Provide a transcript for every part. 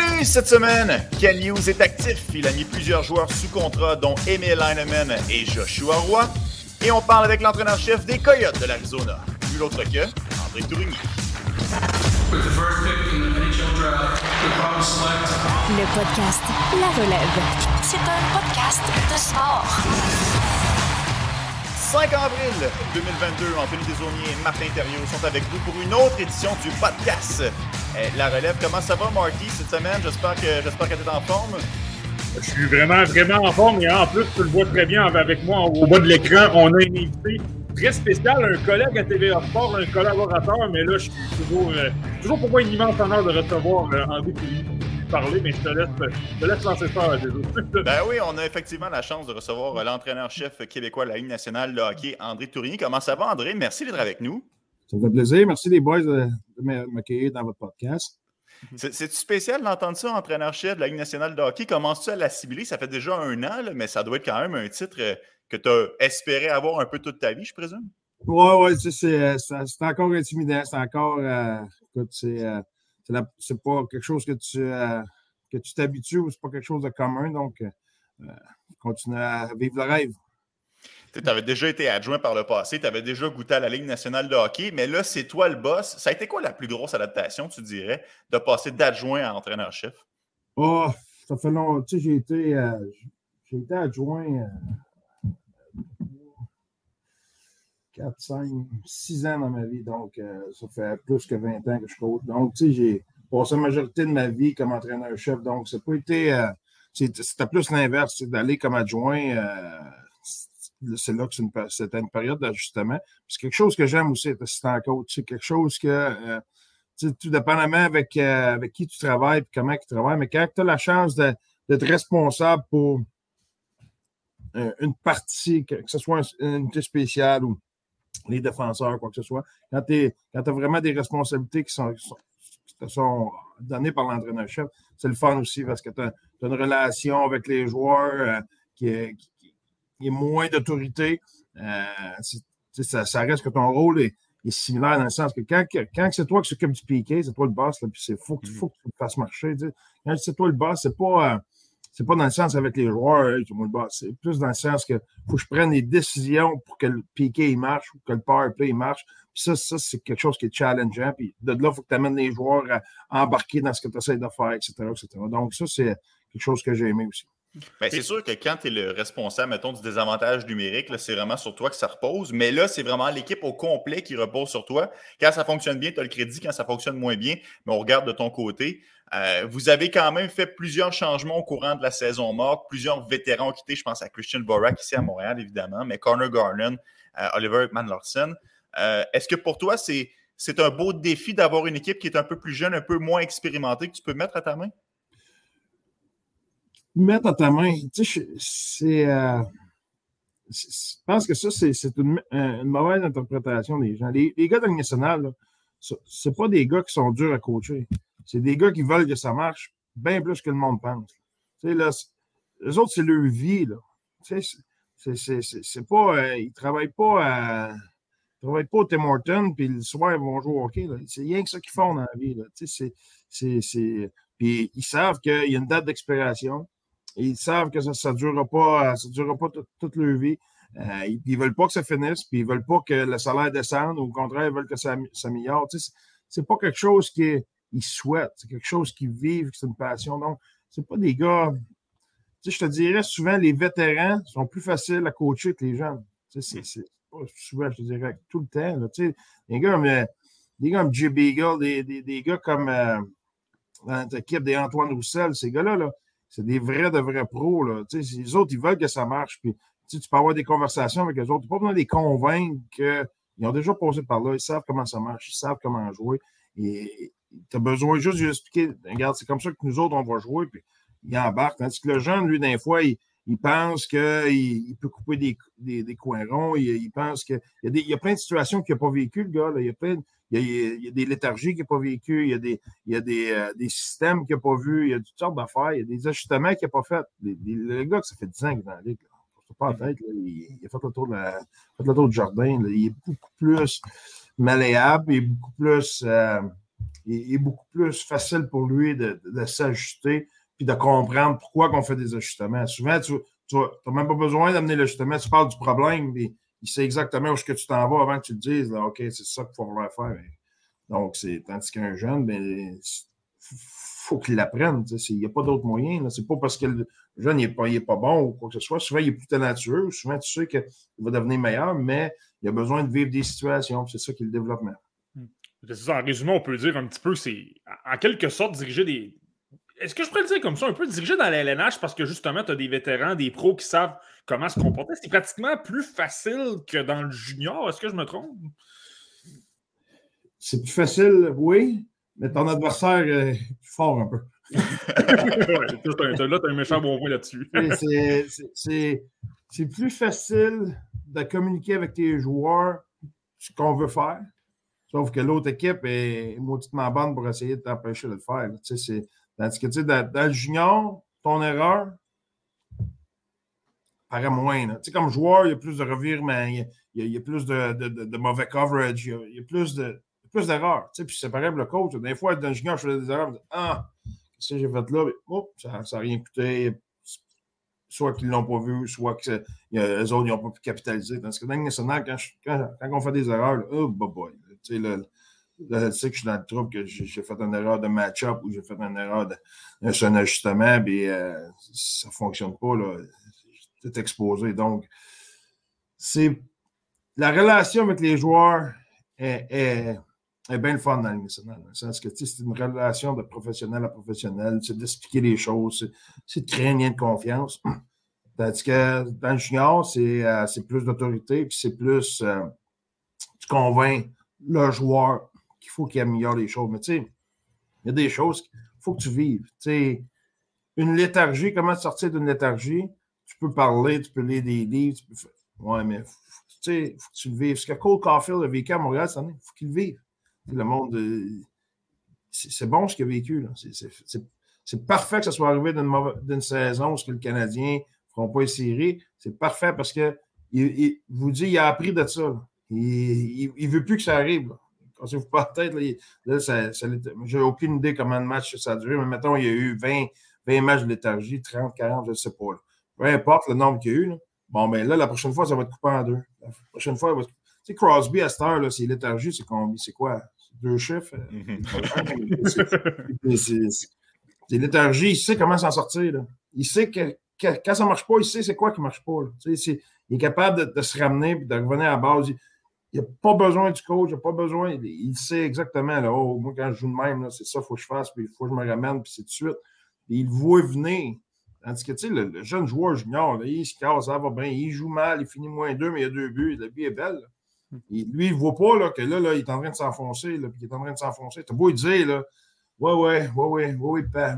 Salut! Cette semaine, Ken Hughes est actif. Il a mis plusieurs joueurs sous contrat, dont Emil Heinemann et Joshua Roy. Et on parle avec l'entraîneur-chef des Coyotes de l'Arizona, nul autre que André Tourigny. Le podcast La Relève. C'est un podcast de sport. 5 avril 2022, Anthony Desaulniers et Martin Thériault sont avec vous pour une autre édition du podcast La Relève. Comment ça va, Marty, cette semaine? J'espère que tu es en forme. Je suis vraiment en forme. Et en plus, tu le vois très bien avec moi au bas de l'écran. On a un invité très spécial, un collègue à TVA Sport, un collaborateur. Mais là, je suis toujours pour moi une immense honneur de recevoir André Tourigny pour parler. Mais je te laisse lancer ça, désolé. Ben oui, on a effectivement la chance de recevoir l'entraîneur-chef québécois de la Ligue nationale de hockey, André Tourigny. Comment ça va, André? Merci d'être avec nous. Ça me fait plaisir. Merci les boys de m'accueillir dans votre podcast. C'est-tu spécial d'entendre ça, entraîneur-chef de la Ligue nationale de hockey? Commences-tu à l'assimiler? Ça fait déjà 1 an, là, mais ça doit être quand même un titre que tu as espéré avoir un peu toute ta vie, je présume? Oui, c'est encore intimidant. C'est encore... écoute, c'est pas quelque chose que tu t'habitues ou c'est pas quelque chose de commun. Donc, continue à vivre le rêve. Tu avais déjà été adjoint par le passé, tu avais déjà goûté à la Ligue nationale de hockey, mais là, c'est toi le boss. Ça a été quoi la plus grosse adaptation, tu dirais, de passer d'adjoint à entraîneur-chef? Oh, ça fait longtemps. Tu sais, j'ai été adjoint 4, 5, 6 ans dans ma vie. Donc, ça fait plus que 20 ans que je coach. Donc, tu sais, j'ai passé la majorité de ma vie comme entraîneur-chef. Donc, ça n'a pas été... c'était plus l'inverse, c'est d'aller comme adjoint... c'est là que c'était une période d'ajustement. C'est quelque chose que j'aime aussi, être assistant coach. C'est quelque chose que, tout dépendamment avec qui tu travailles et comment tu travailles, mais quand tu as la chance d'être responsable pour une partie, que ce soit une unité spéciale ou les défenseurs, quoi que ce soit, quand tu as vraiment des responsabilités qui te sont données par l'entraîneur-chef, c'est le fun aussi parce que tu as une relation avec les joueurs qui est moins d'autorité. Ça reste que ton rôle est similaire dans le sens que quand c'est toi qui s'occupe du piqué, c'est toi le boss, là, puis il faut que tu le fasses marcher. T'sais. Quand c'est toi le boss, c'est pas dans le sens avec les joueurs, c'est moi le boss. C'est plus dans le sens que faut que je prenne des décisions pour que le piqué il marche ou que le power play il marche. Puis ça, c'est quelque chose qui est challengeant. Puis de là, il faut que tu amènes les joueurs à embarquer dans ce que tu essaies de faire, etc., etc. Donc ça, c'est quelque chose que j'ai aimé aussi. Bien, c'est sûr que quand tu es le responsable, mettons, du désavantage numérique, là, c'est vraiment sur toi que ça repose. Mais là, c'est vraiment l'équipe au complet qui repose sur toi. Quand ça fonctionne bien, tu as le crédit. Quand ça fonctionne moins bien, mais on regarde de ton côté. Vous avez quand même fait plusieurs changements au courant de la saison morte. Plusieurs vétérans ont quitté. Je pense à Christian Dvorak ici à Montréal, évidemment, mais Connor Garland, Oliver Ekman-Larsson. Est-ce que pour toi, c'est un beau défi d'avoir une équipe qui est un peu plus jeune, un peu moins expérimentée, que tu peux mettre à ta main? Mettre à ta main, tu sais, je pense que ça, c'est une mauvaise interprétation des gens. Les gars de la Ligue nationale, là, c'est pas des gars qui sont durs à coacher. C'est des gars qui veulent que ça marche bien plus que le monde pense. Tu sais, là, les autres, c'est leur vie, là. Tu sais, c'est pas... ils travaillent pas au Tim Hortons, puis le soir, ils vont jouer au hockey, là. C'est rien que ça qu'ils font dans la vie, là. Tu sais, puis ils savent qu'il y a une date d'expiration. Ils savent que ça ne durera pas toute leur vie. Ils ne veulent pas que ça finisse, puis ils ne veulent pas que le salaire descende, ou au contraire, ils veulent que ça s'améliore. Tu sais, c'est pas quelque chose qu'ils souhaitent, c'est quelque chose qu'ils vivent, c'est une passion. Donc, c'est pas des gars. Tu sais, je te dirais souvent, les vétérans sont plus faciles à coacher que les jeunes. Tu sais, c'est pas souvent, je te dirais, tout le temps. Là, tu sais, des gars comme Jay Beagle, des gars comme dans l'équipe des Antoine Roussel, ces gars-là, là, c'est des vrais pros. Là. Tu sais, les autres, ils veulent que ça marche. Puis, tu peux avoir des conversations avec les autres. Tu n'as pas besoin de les convaincre qu'ils ont déjà passé par là. Ils savent comment ça marche. Ils savent comment jouer. Et tu as besoin juste de lui expliquer, regarde, c'est comme ça que nous autres, on va jouer. Puis, il embarque. Tandis que le jeune, lui, d'un fois, il pense qu'il peut couper des coins ronds. Il pense que... Il y a plein de situations qu'il n'a pas vécues, le gars. Là. Il y a des léthargies qu'il n'a pas vécues. Il y a des systèmes qu'il n'a pas vus. Il y a toutes sortes d'affaires. Il y a des ajustements qu'il n'a pas fait. Le gars, ça fait 10 ans qu'il est dans la ligue. C'est pas en tête. Là. Il a fait le tour du jardin. Là. Il est beaucoup plus malléable. Il est beaucoup plus... est beaucoup plus facile pour lui de s'ajuster puis de comprendre pourquoi on fait des ajustements. Souvent, tu n'as même pas besoin d'amener l'ajustement, tu parles du problème, mais il sait exactement où est-ce que tu t'en vas avant que tu le dises. Là, OK, c'est ça qu'il faut vouloir faire. Donc, tandis qu'un jeune, il faut qu'il l'apprenne. Il n'y a pas d'autre moyen. C'est pas parce que le jeune n'est pas bon ou quoi que ce soit. Souvent, il est plus talentueux. Souvent, tu sais qu'il va devenir meilleur, mais il a besoin de vivre des situations. C'est ça qui est le développement. C'est ça. En résumé, on peut dire un petit peu, c'est en quelque sorte diriger des... Est-ce que je pourrais le dire comme ça, un peu diriger dans la LNH parce que justement, tu as des vétérans, des pros qui savent comment se comporter. C'est pratiquement plus facile que dans le junior. Est-ce que je me trompe? C'est plus facile, oui, mais ton adversaire est plus fort un peu. Ouais, là, tu as un méchant bon point là-dessus. C'est plus facile de communiquer avec tes joueurs ce qu'on veut faire, sauf que l'autre équipe est mauditement bonne pour essayer de t'empêcher de le faire. Tandis que dans le junior, ton erreur paraît moins. Comme joueur, il y a plus de revirements, il y a plus de mauvais coverage, il y a plus d'erreurs. Puis c'est pareil pour le coach. Des fois, dans le junior, je faisais des erreurs. Qu'est-ce que j'ai fait là? Ça n'a rien coûté. Soit qu'ils ne l'ont pas vu, soit que les autres n'ont pas pu capitaliser. Parce que dans le national, quand on fait des erreurs, là, tu sais que je suis dans le trouble, que j'ai fait une erreur de match-up ou j'ai fait une erreur sur un ajustement, puis ça ne fonctionne pas. Là. C'est exposé. Donc, la relation avec les joueurs est bien le fun dans le national. Dans le sens que c'est une relation de professionnel à professionnel, c'est d'expliquer les choses, c'est de créer un lien de confiance. Tandis que dans le junior, c'est plus d'autorité, puis c'est plus tu convaincs le joueur qu'il faut qu'il améliore les choses. Mais tu sais, il y a des choses qu'il faut que tu vives. Tu sais, une léthargie, comment sortir d'une léthargie? Tu peux parler, tu peux lire des livres, tu peux faire. Ouais, mais faut que tu le vives. Ce que Cole Caulfield a vécu à Montréal cette année, il faut qu'il le vive. Le monde, c'est bon ce qu'il a vécu. Là. C'est parfait que ça soit arrivé d'une saison où le Canadien ne feront pas les séries. C'est parfait parce que vous dit, il a appris de ça. Là. Il ne veut plus que ça arrive. Là. Cassez-vous pas la tête. J'ai aucune idée comment le match ça a duré, mais mettons, il y a eu 20 matchs de léthargie, 30, 40, je ne sais pas. Là. Peu importe le nombre qu'il y a eu. Là. Bon, ben là, la prochaine fois, ça va être coupé en deux. La prochaine fois, tu sais, Crosby, à cette heure, là, c'est léthargie, c'est quoi? C'est 2 chiffres? C'est léthargie, il sait comment s'en sortir. Là. Il sait que quand ça ne marche pas, il sait c'est quoi qui ne marche pas. Il est capable de se ramener et de revenir à la base. Il n'a pas besoin du coach, il n'a pas besoin. Il sait exactement, là, moi, quand je joue de même, là, c'est ça qu'il faut que je fasse, puis il faut que je me ramène, puis c'est tout de suite. Puis il le voit venir. Tandis que, tu sais, le jeune joueur junior, là, il se casse, ça va bien, il joue mal, il finit -2, mais il y a 2 buts, la vie est belle. Lui, il ne voit pas là, que là, il est en train de s'enfoncer, là, puis il est en train de s'enfoncer. T'as beau lui dire, là, ouais, pas,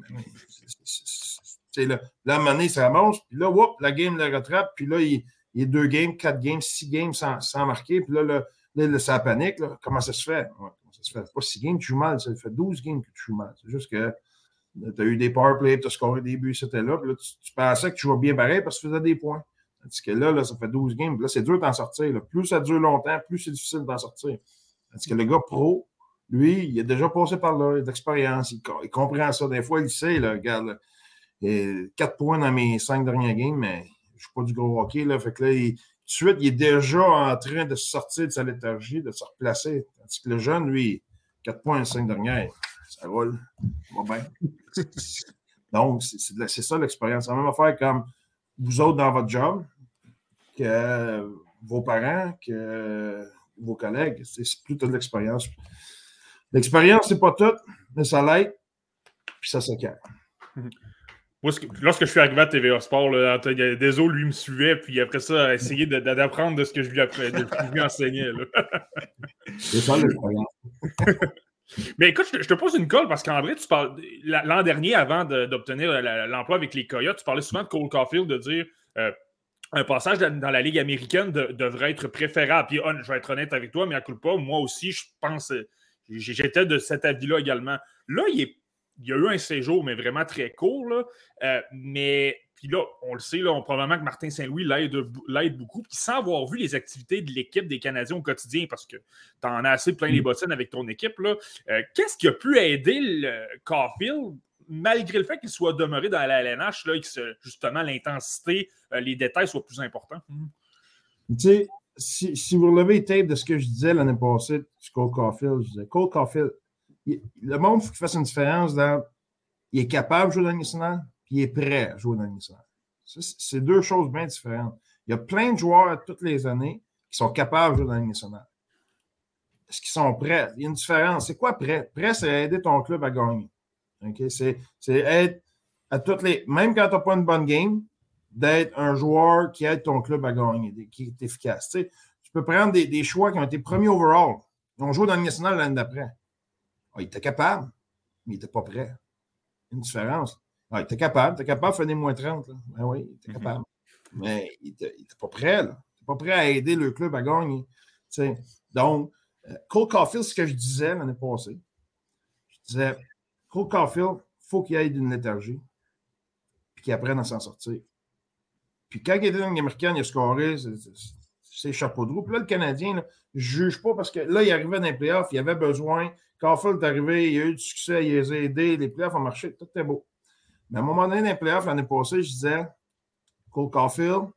là, à un moment donné, ça avance, puis là, la game le rattrape, puis là, il y a 2 games, 4 games, 6 games sans marquer, puis là, ça panique, là. Comment ça se fait? Ouais, comment ça se fait? Pas 6 games, tu joues mal, ça fait 12 games que tu joues mal. C'est juste que tu as eu des powerplays, tu as scoré des buts, c'était là, puis là, tu pensais que tu jouais bien pareil parce que tu faisais des points. Tandis que là, ça fait 12 games, puis là, c'est dur d'en sortir. Là. Plus ça dure longtemps, plus c'est difficile d'en sortir. Tandis que le gars pro, lui, il a déjà passé par là, il a d'expérience, il comprend ça. Des fois, il sait, là, regarde, là, 4 points dans mes 5 dernières games, mais je ne suis pas du gros hockey, là, fait que là, tout de suite, il est déjà en train de sortir de sa léthargie, de se replacer. Tandis que le jeune, lui, 4 points dans 5 dernières, ça roule, ça va bien. Donc, c'est ça l'expérience. C'est la même affaire comme vous autres dans votre job, que vos parents, que vos collègues. C'est plus de l'expérience. L'expérience, c'est pas tout, mais ça l'aide, puis ça s'acquiert. Moi, lorsque je suis arrivé à TVA Sport, Deso, lui, me suivait, puis après ça, a essayé d'apprendre de ce que je lui enseignais. C'est ça l'expérience. Mais écoute, je te pose une colle parce qu'en vrai, tu parles l'an dernier, avant d'obtenir l'emploi avec les Coyotes, tu parlais souvent de Cole Caulfield, de dire un passage dans la Ligue américaine devrait être préférable. Puis je vais être honnête avec toi, mais à coup de pas, moi aussi, je pense, j'étais de cet avis-là également. Là, il y a eu un séjour, mais vraiment très court. Là, mais Puis là, on le sait, là, probablement que Martin Saint-Louis l'aide beaucoup. Puis sans avoir vu les activités de l'équipe des Canadiens au quotidien, parce que tu en as assez plein les bottines avec ton équipe, là, qu'est-ce qui a pu aider Caulfield, malgré le fait qu'il soit demeuré dans la LNH, là, et que justement l'intensité, les détails soient plus importants? Tu sais, si vous relevez les tapes de ce que je disais l'année passée sur Cole Caulfield, je disais, Cole Caulfield, le monde, il faut qu'il fasse une différence dans il est capable de jouer dans la Ligue nationale, puis il est prêt à jouer dans la Ligue nationale. C'est deux choses bien différentes. Il y a plein de joueurs toutes les années qui sont capables de jouer dans la Ligue nationale. Est-ce qu'ils sont prêts? Il y a une différence. C'est quoi prêt? Prêt, c'est aider ton club à gagner. Okay? C'est être à toutes les. Même quand tu n'as pas une bonne game, d'être un joueur qui aide ton club à gagner, qui est efficace. Tu sais, tu peux prendre des choix qui ont été premiers overall. Ils ont joué dans la Ligue nationale l'année d'après. Ah, il était capable, mais il n'était pas prêt. Une différence. Ah, il était capable de faire des moins 30. Là. Ben oui, il était capable. Mais il n'était pas prêt. Là. Il n'était pas prêt à aider le club à gagner. T'sais. Donc, Cole Caulfield, ce que je disais l'année passée, je disais, Cole Caulfield, il faut qu'il aille d'une léthargie puis qu'il apprenne à s'en sortir. Puis quand il était dans la Ligue américaine, il a scoré, c'est chapeau de roue. Puis là, le Canadien, là, je ne juge pas parce que là, il arrivait dans les playoffs, il avait besoin. Caulfield est arrivé, il a eu du succès, il les a aidés, les playoffs ont marché, tout était beau. Mais à un moment donné, dans les playoffs, l'année passée, je disais, Cole Caulfield,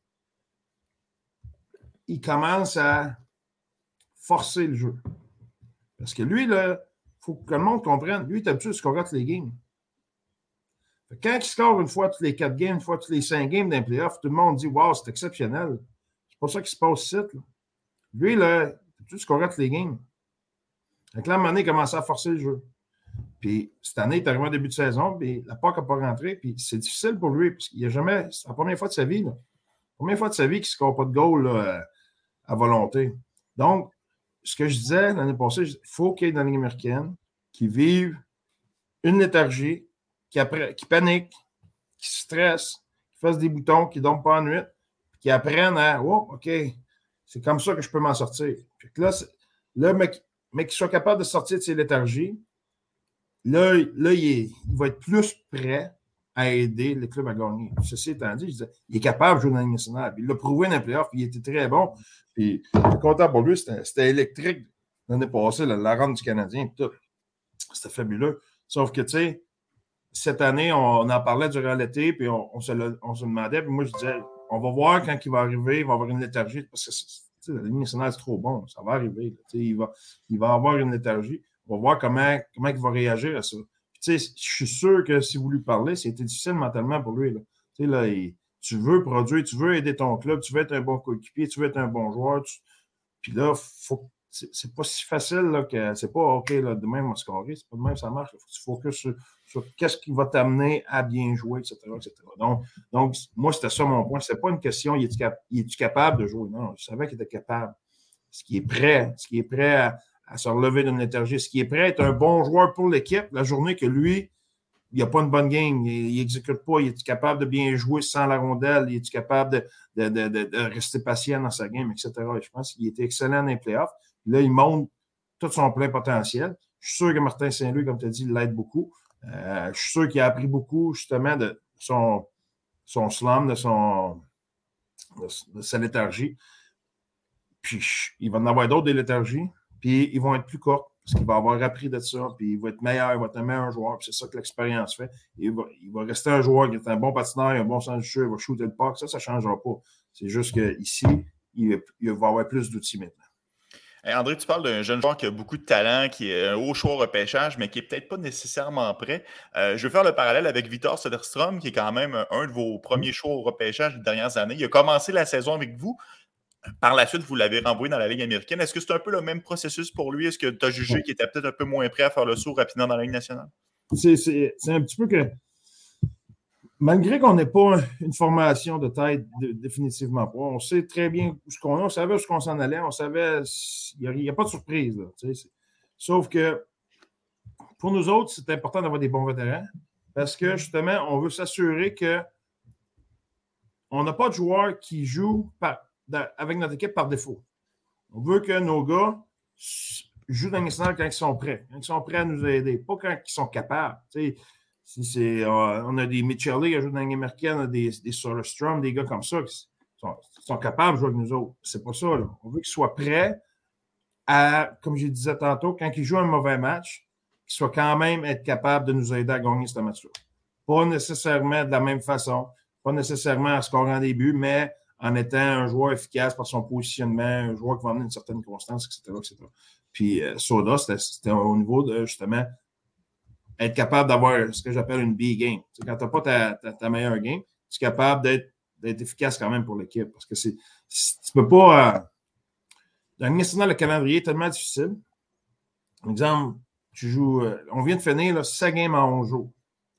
il commence à forcer le jeu. Parce que lui, il faut que le monde comprenne, lui, il est habitué de scorer toutes les games. Quand il score une fois toutes les 4 games, une fois toutes les 5 games d'un playoff, tout le monde dit « Wow, c'est exceptionnel ». C'est pas ça qui se passe ici. Là. Lui, là, il est habitué de scorer toutes les games. Donc là, à un moment donné, il commençait à forcer le jeu. Puis cette année, il est arrivé en début de saison, puis la PAC n'a pas rentré, puis c'est difficile pour lui, parce qu'il n'y a jamais... C'est la première fois de sa vie, là. La première fois de sa vie qu'il ne score pas de goal là, à volonté. Donc, ce que je disais l'année passée, il faut qu'il y ait dans la Ligue américaine, qu'il vive une léthargie, qui panique, qui stresse, qui fasse des boutons, qui ne dorme pas en nuit, puis qui apprenne à « Oh, OK, c'est comme ça que je peux m'en sortir. » Puis là, mais qu'il soit capable de sortir de ses léthargies, là il va être plus prêt à aider le club à gagner. Ceci étant dit, je disais, il est capable de jouer dans la Ligue nationale. Il l'a prouvé dans les playoffs, puis il était très bon. Puis, je suis content pour lui, c'était électrique l'année passée, la rente du Canadien, puis tout. C'était fabuleux. Sauf que, tu sais, cette année, on en parlait durant l'été, puis on se demandait, puis moi, je disais, on va voir quand il va arriver, il va avoir une léthargie, parce que la Ligue nationale, c'est trop bon, ça va arriver. Il va avoir une léthargie. On va voir comment il va réagir à ça. Puis, je suis sûr que si vous lui parlez, c'était difficile mentalement pour lui. Là. Tu veux produire, tu veux aider ton club, tu veux être un bon coéquipier, tu veux être un bon joueur. Puis là, c'est pas si facile là, que c'est pas OK, là, demain on va scorer, c'est pas de même ça marche. Il faut que tu focuses sur qu'est-ce qui va t'amener à bien jouer, etc. Donc, moi, c'était ça mon point. C'était pas une question, il est-tu capable de jouer? Non, je savais qu'il était capable. Ce qui est prêt à se relever d'une léthargie, ce qui est prêt à être un bon joueur pour l'équipe, la journée que lui, il n'a pas une bonne game, il n'exécute pas, il est capable de bien jouer sans la rondelle, il est capable de rester patient dans sa game, etc. Et je pense qu'il était excellent dans les playoffs. Là, il montre tout son plein potentiel. Je suis sûr que Martin Saint-Louis, comme tu as dit, l'aide beaucoup. Je suis sûr qu'il a appris beaucoup, justement, de son slum, de sa léthargie. Puis, il va en avoir d'autres des léthargies, puis ils vont être plus courts, parce qu'il va avoir appris de ça, puis il va être meilleur, il va être un meilleur joueur, puis c'est ça que l'expérience fait. Il va rester un joueur qui est un bon patineur, un bon sens du jeu, il va shooter le puck, ça ne changera pas. C'est juste qu'ici, il va avoir plus d'outils maintenant. Hey André, tu parles d'un jeune joueur qui a beaucoup de talent, qui est un haut choix au repêchage, mais qui n'est peut-être pas nécessairement prêt. Je vais faire le parallèle avec Viktor Söderström, qui est quand même un de vos premiers choix au repêchage des dernières années. Il a commencé la saison avec vous. Par la suite, vous l'avez renvoyé dans la Ligue américaine. Est-ce que c'est un peu le même processus pour lui? Est-ce que tu as jugé qu'il était peut-être un peu moins prêt à faire le saut rapidement dans la Ligue nationale? C'est un petit peu que, malgré qu'on n'ait pas une formation de tête, définitivement pas, on sait très bien ce qu'on a, on savait où on s'en allait, on savait, il n'y a pas de surprise. Là, sauf que, pour nous autres, c'est important d'avoir des bons vétérans parce que, justement, on veut s'assurer qu'on n'a pas de joueurs qui jouent avec notre équipe par défaut. On veut que nos gars jouent dans les nationales quand ils sont prêts à nous aider, pas quand ils sont capables. On a des Mitchell qui jouent dans la Ligue américaine, on a des Soderstrom, des gars comme ça qui sont capables de jouer avec nous autres. C'est pas ça. Là. On veut qu'ils soient prêts à, comme je disais tantôt, quand ils jouent un mauvais match, qu'ils soient quand même être capables de nous aider à gagner ce match-là. Pas nécessairement de la même façon, pas nécessairement en scorant des buts, mais en étant un joueur efficace par son positionnement, un joueur qui va amener une certaine constance, etc. Puis Soda, c'était au niveau de, justement, être capable d'avoir ce que j'appelle une B-game. T'sais, quand tu n'as pas ta meilleure game, tu es capable d'être efficace quand même pour l'équipe. Parce que tu peux pas... dans le national, le calendrier est tellement difficile. Par exemple, tu joues... on vient de finir 6 games en 11 jours.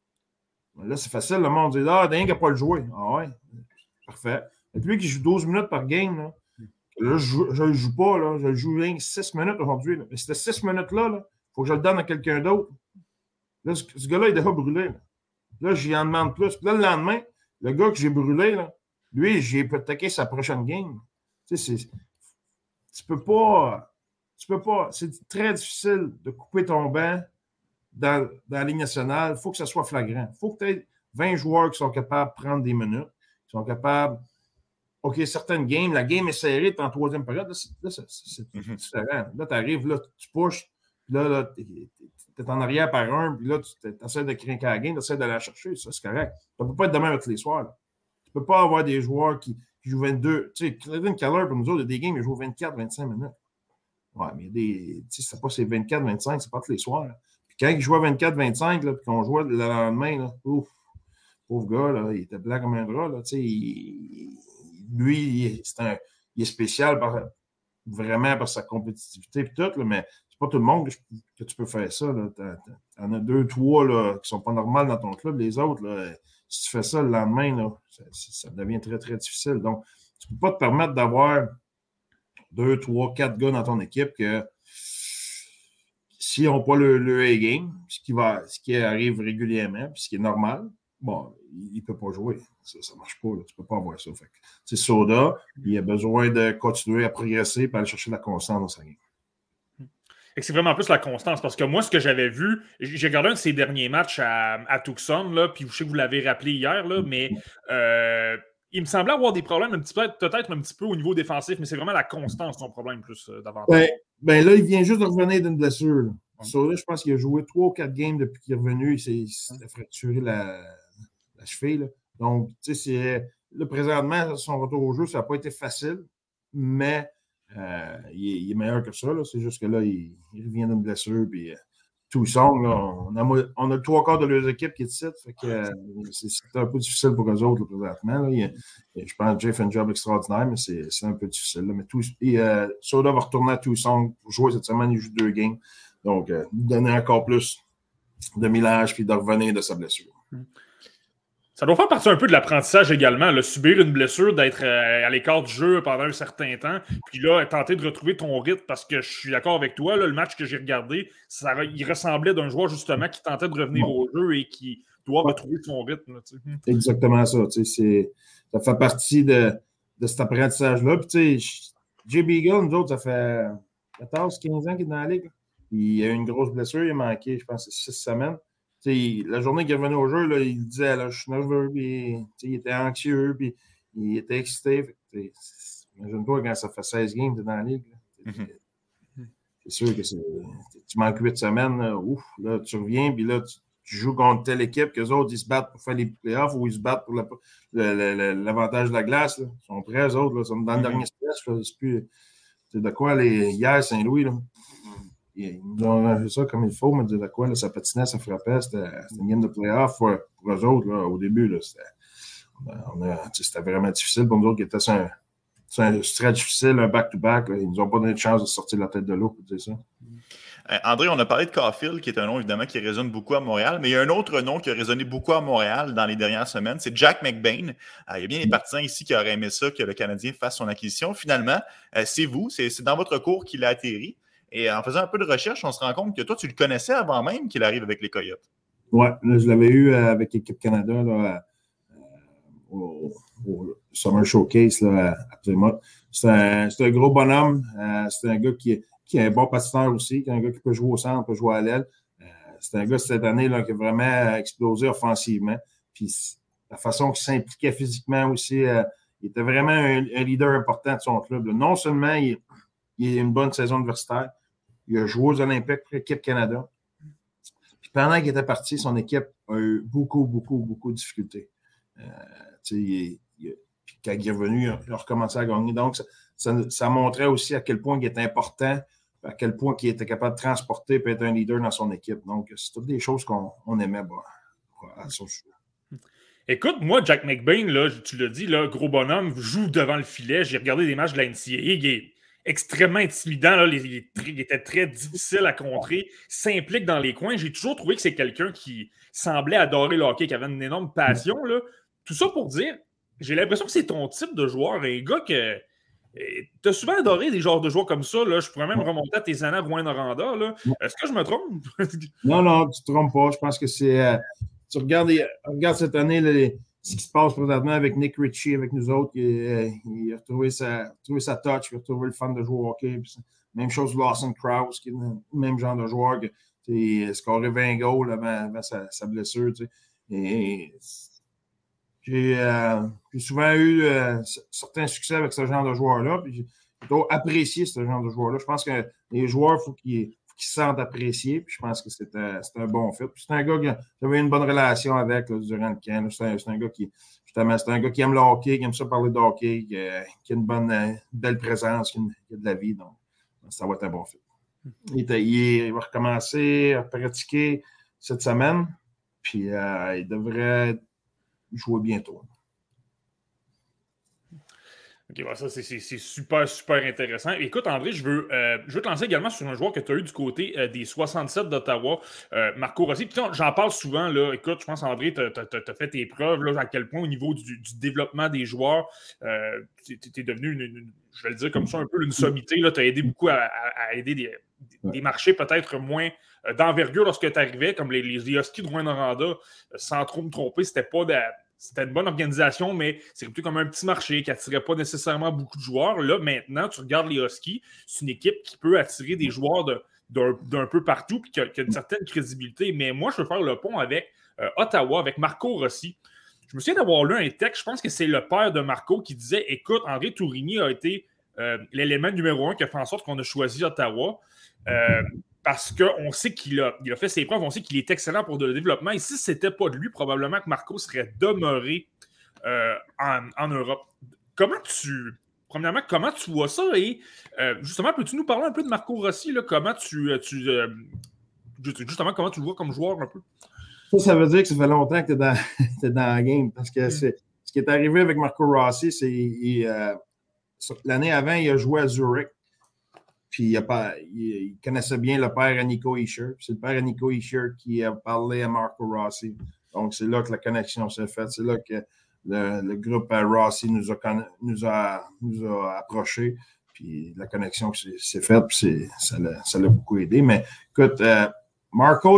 Là, c'est facile. Le monde dit « Ah, Dingue n'a pas le joué. » Ah ouais, parfait. Et lui qui joue 12 minutes par game, là je ne le joue pas. Là, je le joue 6 minutes aujourd'hui. Là. Mais ces 6 minutes-là, il faut que je le donne à quelqu'un d'autre. Là, ce gars-là, il est déjà brûlé. Là, j'y en demande plus. Puis là, le lendemain, le gars que j'ai brûlé, là, lui, j'ai attaqué sa prochaine game. Tu sais, tu peux pas. C'est très difficile de couper ton banc dans la Ligue nationale. Il faut que ça soit flagrant. Il faut que tu aies 20 joueurs qui sont capables de prendre des minutes, qui sont capables. OK, certaines games, la game est serrée, tu es en troisième période. Là, c'est différent. Là, tu arrives, là, tu pushes, là tu es en arrière par un, puis là, tu essaies de craquer la game, tu essaies d'aller la chercher. Ça, c'est correct. Ça ne peut pas être demain tous les soirs. Là. Tu ne peux pas avoir des joueurs qui jouent 22. Tu sais, Clayton Keller, pour nous autres, il y a des games, il joue 24-25 minutes. Ouais, mais tu sais, c'est pas ces 24-25, c'est pas tous les soirs. Là. Puis quand il jouait 24-25, puis qu'on jouait le lendemain, là, ouf, pauvre gars, là, il était blanc comme un drap. Là, tu sais, lui, il est spécial vraiment par sa compétitivité et tout, là, mais c'est pas tout le monde que tu peux faire ça. Tu en as 2, 3 là, qui sont pas normales dans ton club. Les autres, là, si tu fais ça le lendemain, là, ça devient très, très difficile. Donc, tu peux pas te permettre d'avoir 2, 3, 4 gars dans ton équipe que s'ils n'ont pas le A-game, ce qui arrive régulièrement, puis ce qui est normal, bon, il ne peut pas jouer. Ça ne marche pas. Là. Tu ne peux pas avoir ça. C'est Soda. Il a besoin de continuer à progresser et aller chercher la constance dans sa game. Et c'est vraiment plus la constance. Parce que moi, ce que j'avais vu, j'ai regardé un de ses derniers matchs à Tucson, là, puis je sais que vous l'avez rappelé hier, là, mais il me semblait avoir des problèmes peut-être un petit peu au niveau défensif, mais c'est vraiment la constance son problème plus davantage. Ben là, il vient juste de revenir d'une blessure. Là. Soda, je pense qu'il a joué 3 ou 4 games depuis qu'il est revenu. Il s'est fracturé la cheville. Là. Donc, tu sais, là, présentement, son retour au jeu, ça n'a pas été facile, mais il est meilleur que ça. Là. C'est juste que là, il revient d'une blessure. Puis, Tucson, là, on a le 3 quarts de leurs équipes qui est ici. Fait que c'est un peu difficile pour eux autres, là, présentement. Là. Je pense que Jay fait un job extraordinaire, mais c'est un peu difficile. Là. Mais Soda va retourner à Tucson pour jouer cette semaine. Il joue 2 games. Donc, donner encore plus de millage puis de revenir de sa blessure. Ça doit faire partie un peu de l'apprentissage également, là, subir une blessure, d'être à l'écart du jeu pendant un certain temps, puis là, tenter de retrouver ton rythme, parce que je suis d'accord avec toi, là, le match que j'ai regardé, il ressemblait d'un joueur justement qui tentait de revenir au jeu et qui doit retrouver son rythme. Là, exactement ça. Ça fait partie de cet apprentissage-là. Puis, tu sais, Jay Beagle, nous autres, ça fait 14-15 ans qu'il est dans la ligue. Il a eu une grosse blessure, il a manqué, je pense, 6 semaines. T'sais, la journée qu'il est revenu au jeu, là, il disait là, je suis nerveux, puis il était anxieux, puis il était excité. Imagine-toi quand ça fait 16 games, tu es dans la ligue. C'est sûr que tu manques 8 semaines, là, ouf, là, tu reviens, puis là, tu joues contre telle équipe qu'eux autres, ils se battent pour faire les playoffs ou ils se battent pour l'avantage de la glace. Là. Ils sont prêts, eux autres. Là, dans le dernier stretch, c'est plus. C'est de quoi hier, Saint-Louis, là. Ils nous ont rangé ça comme il faut, mais de quoi là, ça patinait, ça frappait. C'était une game de playoff pour eux autres là, au début. Là, c'était vraiment difficile pour nous autres qui étaient sur un stretch difficile, un back-to-back. Là. Ils nous ont pas donné de chance de sortir de la tête de l'eau pour dire ça. André, on a parlé de Caulfield, qui est un nom évidemment qui résonne beaucoup à Montréal, mais il y a un autre nom qui a résonné beaucoup à Montréal dans les dernières semaines, c'est Jack McBain. Il y a bien des partisans ici qui auraient aimé ça, que le Canadien fasse son acquisition. Finalement, c'est vous, c'est dans votre cours qu'il a atterri. Et en faisant un peu de recherche, on se rend compte que toi, tu le connaissais avant même qu'il arrive avec les Coyotes. Oui, je l'avais eu avec l'équipe Canada là, au Summer Showcase là, à Plymouth. C'est un gros bonhomme. C'est un gars qui est un bon patineur aussi, qui est un gars qui peut jouer au centre, peut jouer à l'aile. c'est un gars cette année là, qui a vraiment explosé offensivement. Puis la façon qu'il s'impliquait physiquement aussi, il était vraiment un leader important de son club. Là. Non seulement il a une bonne saison universitaire, il a joué aux Olympiques pour l'équipe Canada. Puis pendant qu'il était parti, son équipe a eu beaucoup de difficultés. Puis quand il est revenu, il a recommencé à gagner. Donc, ça montrait aussi à quel point il était important, à quel point il était capable de transporter et être un leader dans son équipe. Donc, c'est toutes des choses qu'on aimait à son sujet. Écoute, moi, Jack McBain, là, tu l'as dit, là, gros bonhomme, joue devant le filet. J'ai regardé des matchs de la NCAA. Il est extrêmement intimidant. Là. Il était très difficile à contrer. S'implique dans les coins. J'ai toujours trouvé que c'est quelqu'un qui semblait adorer le hockey, qui avait une énorme passion. Là. Tout ça pour dire, j'ai l'impression que c'est ton type de joueur. Un gars que tu as souvent adoré des genres de joueurs comme ça. Là. Je pourrais même remonter à tes années à Rouyn-Noranda. Est-ce que je me trompe? Non, tu ne te trompes pas. Je pense que c'est... tu regardes cette année là, ce qui se passe présentement avec Nick Ritchie, avec nous autres. Il a retrouvé sa touch, il a retrouvé le fun de jouer au hockey. Même chose Lawson Krause, qui est le même genre de joueur qui a scoré 20 goals avant sa blessure. Tu sais. Et j'ai souvent eu certains succès avec ce genre de joueur-là. Puis j'ai plutôt apprécié ce genre de joueur-là. Je pense que les joueurs, il faut qu'ils se sentent appréciés. Puis je pense que c'est un bon fit. Puis c'est un gars que j'avais une bonne relation avec là, durant le camp. C'est un gars qui, justement, c'est un gars qui aime le hockey, qui aime ça parler de hockey, qui a une belle présence, qui a de la vie. Donc, ça va être un bon fit. Il va recommencer à pratiquer cette semaine. Puis il devrait jouer bientôt. OK, ça, c'est super, super intéressant. Écoute, André, je veux te lancer également sur un joueur que tu as eu du côté des 67 d'Ottawa, Marco Rossi. Puis, j'en parle souvent, là. Écoute, je pense, André, tu as fait tes preuves, là, à quel point, au niveau du développement des joueurs, tu es devenu, je vais le dire comme ça, un peu une sommité. Tu as aidé beaucoup à aider des marchés peut-être moins d'envergure lorsque tu arrivais, comme les Huskies de Rouyn-Noranda, sans trop me tromper, c'était une bonne organisation, mais c'est plutôt comme un petit marché qui n'attirait pas nécessairement beaucoup de joueurs. Là, maintenant, tu regardes les Huskies, c'est une équipe qui peut attirer des joueurs d'un peu partout et qui a une certaine crédibilité. Mais moi, je veux faire le pont avec Ottawa, avec Marco Rossi. Je me souviens d'avoir lu un texte, je pense que c'est le père de Marco qui disait « Écoute, André Tourigny a été l'élément numéro 1 qui a fait en sorte qu'on a choisi Ottawa. Parce qu'on sait qu'il a fait ses preuves, on sait qu'il est excellent pour le développement. Et si ce n'était pas de lui, probablement que Marco serait demeuré en Europe. Premièrement, comment tu vois ça? Et justement, peux-tu nous parler un peu de Marco Rossi? Là, justement, comment tu le vois comme joueur un peu? Ça veut dire que ça fait longtemps que tu es dans la game. Parce que ce qui est arrivé avec Marco Rossi, c'est l'année avant, il a joué à Zurich. Puis il connaissait bien le père à Nico Hischier. C'est le père à Nico Hischier qui a parlé à Marco Rossi. Donc, c'est là que la connexion s'est faite. C'est là que le groupe Rossi nous a approchés. Puis la connexion s'est faite. Puis ça l'a beaucoup aidé. Mais écoute, Marco,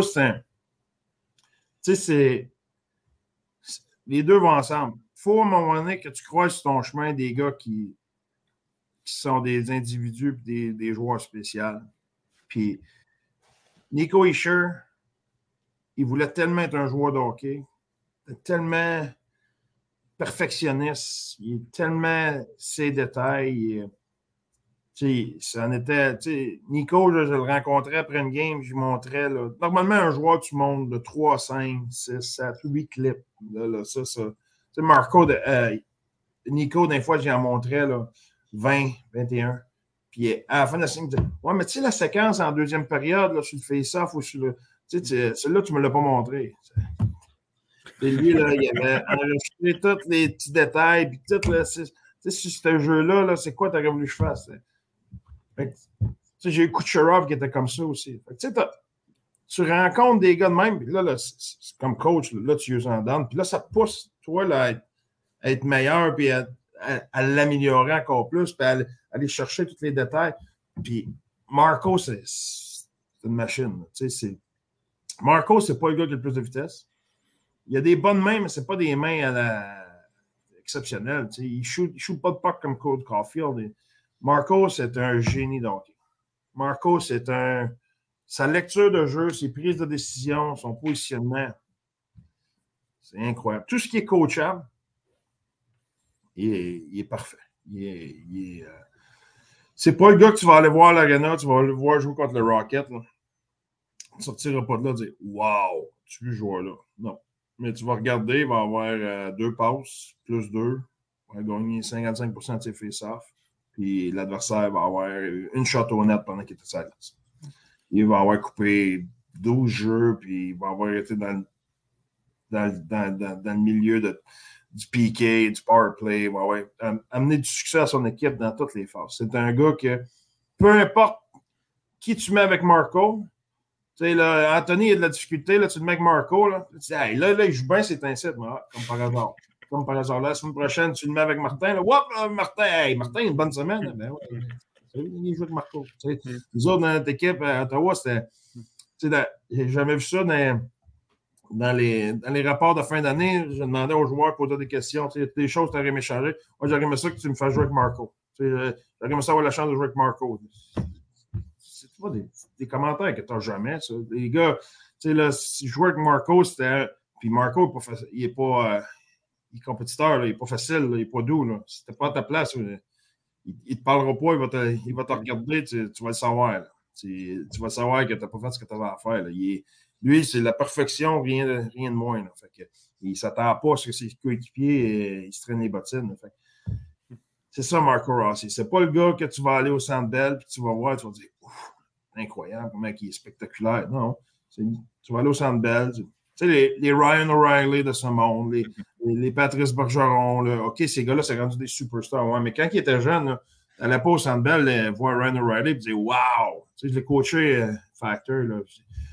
les deux vont ensemble. Il faut à un moment donné que tu croises sur ton chemin des gars qui sont des individus et des joueurs spéciaux. Puis Nico Hischier, il voulait tellement être un joueur de hockey, tellement perfectionniste, il est tellement ses détails. Ça en était. Nico, là, je le rencontrais après une game, je lui montrais. Là, normalement, un joueur, tu montes de 3, 5, 6, 7, 8 clips. Là, ça. Marco, Nico, des fois, j'en montrais là, 20, 21. Puis à la fin de la série, il me dit « Ouais, mais tu sais, la séquence en deuxième période, là, sur le face-off ou sur le. Celle-là, tu ne me l'as pas montré. » Et lui, là, il avait enregistré tous les petits détails. Puis tout, là, sur ce jeu-là, là, c'est quoi tu aurais voulu que je fasse? J'ai eu Kucherov qui était comme ça aussi. Tu rencontres des gars de même, puis là c'est comme coach, là, tu les en donnes. Puis là, ça te pousse, toi, là, à être meilleur, puis à l'améliorer encore plus, puis à aller chercher tous les détails. Puis Marco, c'est une machine. Marco, c'est pas le gars qui a le plus de vitesse. Il a des bonnes mains, mais c'est pas des mains exceptionnelles. Il ne shoot pas de puck comme Cole Caulfield. Marco, c'est un génie d'hockey. Marco, c'est un sa lecture de jeu, ses prises de décision, son positionnement, c'est incroyable. Tout ce qui est coachable, il est parfait. C'est pas le gars que tu vas aller voir à l'Arena, tu vas aller voir jouer contre le Rocket. Là. Tu ne sortiras pas de là et dire « Wow, tu veux jouer là? » Non. Mais tu vas regarder, il va avoir 2 passes, plus 2. Il va gagner 55% de ses face-offs. Puis l'adversaire va avoir une shot au net pendant qu'il était sur la glace. Il va avoir coupé 12 jeux, puis il va avoir été dans le milieu du PK, du power play. Il va avoir amené du succès à son équipe dans toutes les phases. C'est un gars que, peu importe qui tu mets avec Marco, tu sais, là, Anthony, il a de la difficulté, là, tu le mets avec Marco, là, tu dis, hey, là, il joue bien, c'est un site, comme par hasard. Comme par hasard. La semaine prochaine, tu le mets avec Martin, là, whoop, Martin, hey, Martin, une bonne semaine. Ben ouais, il joue avec Marco. Tu sais. Les autres dans notre équipe à Ottawa, c'était. J'ai jamais vu ça dans les rapports de fin d'année. Je demandais aux joueurs pour poser des questions. Tu sais, des choses que tu aurais aimé changer. Moi, j'aurais aimé ça que tu me fasses jouer avec Marco. Tu sais, j'aurais aimé ça avoir la chance de jouer avec Marco. C'est pas des commentaires que tu n'as jamais. Ça. Les gars, tu sais, là, si je jouais avec Marco, c'était. Puis Marco, il est compétiteur, là, il n'est pas facile, là, il n'est pas doux. Là. Si tu n'es pas à ta place, il ne te parlera pas, il va te regarder, tu vas le savoir. Là. Tu vas savoir que tu n'as pas fait ce que tu avais à faire. Là. Lui, c'est la perfection, rien de moins. Là. Fait que, il ne s'attend pas à ce que ses coéquipiers il se traîne les bottines. Là. Fait que, c'est ça, Marco Rossi. C'est pas le gars que tu vas aller au Centre Bell et tu vas voir, tu vas dire ouf, incroyable, comment il est spectaculaire. Non, tu vas aller au Centre Bell. Tu sais, les Ryan O'Reilly de ce monde, les Patrice Bergeron, là, OK, ces gars-là, c'est rendu des superstars. Ouais, mais quand ils étaient jeunes, là, à la pause Centre Bell, voir Ryan O'Reilly et dire wow! Tu sais, je l'ai coaché Factor. Là,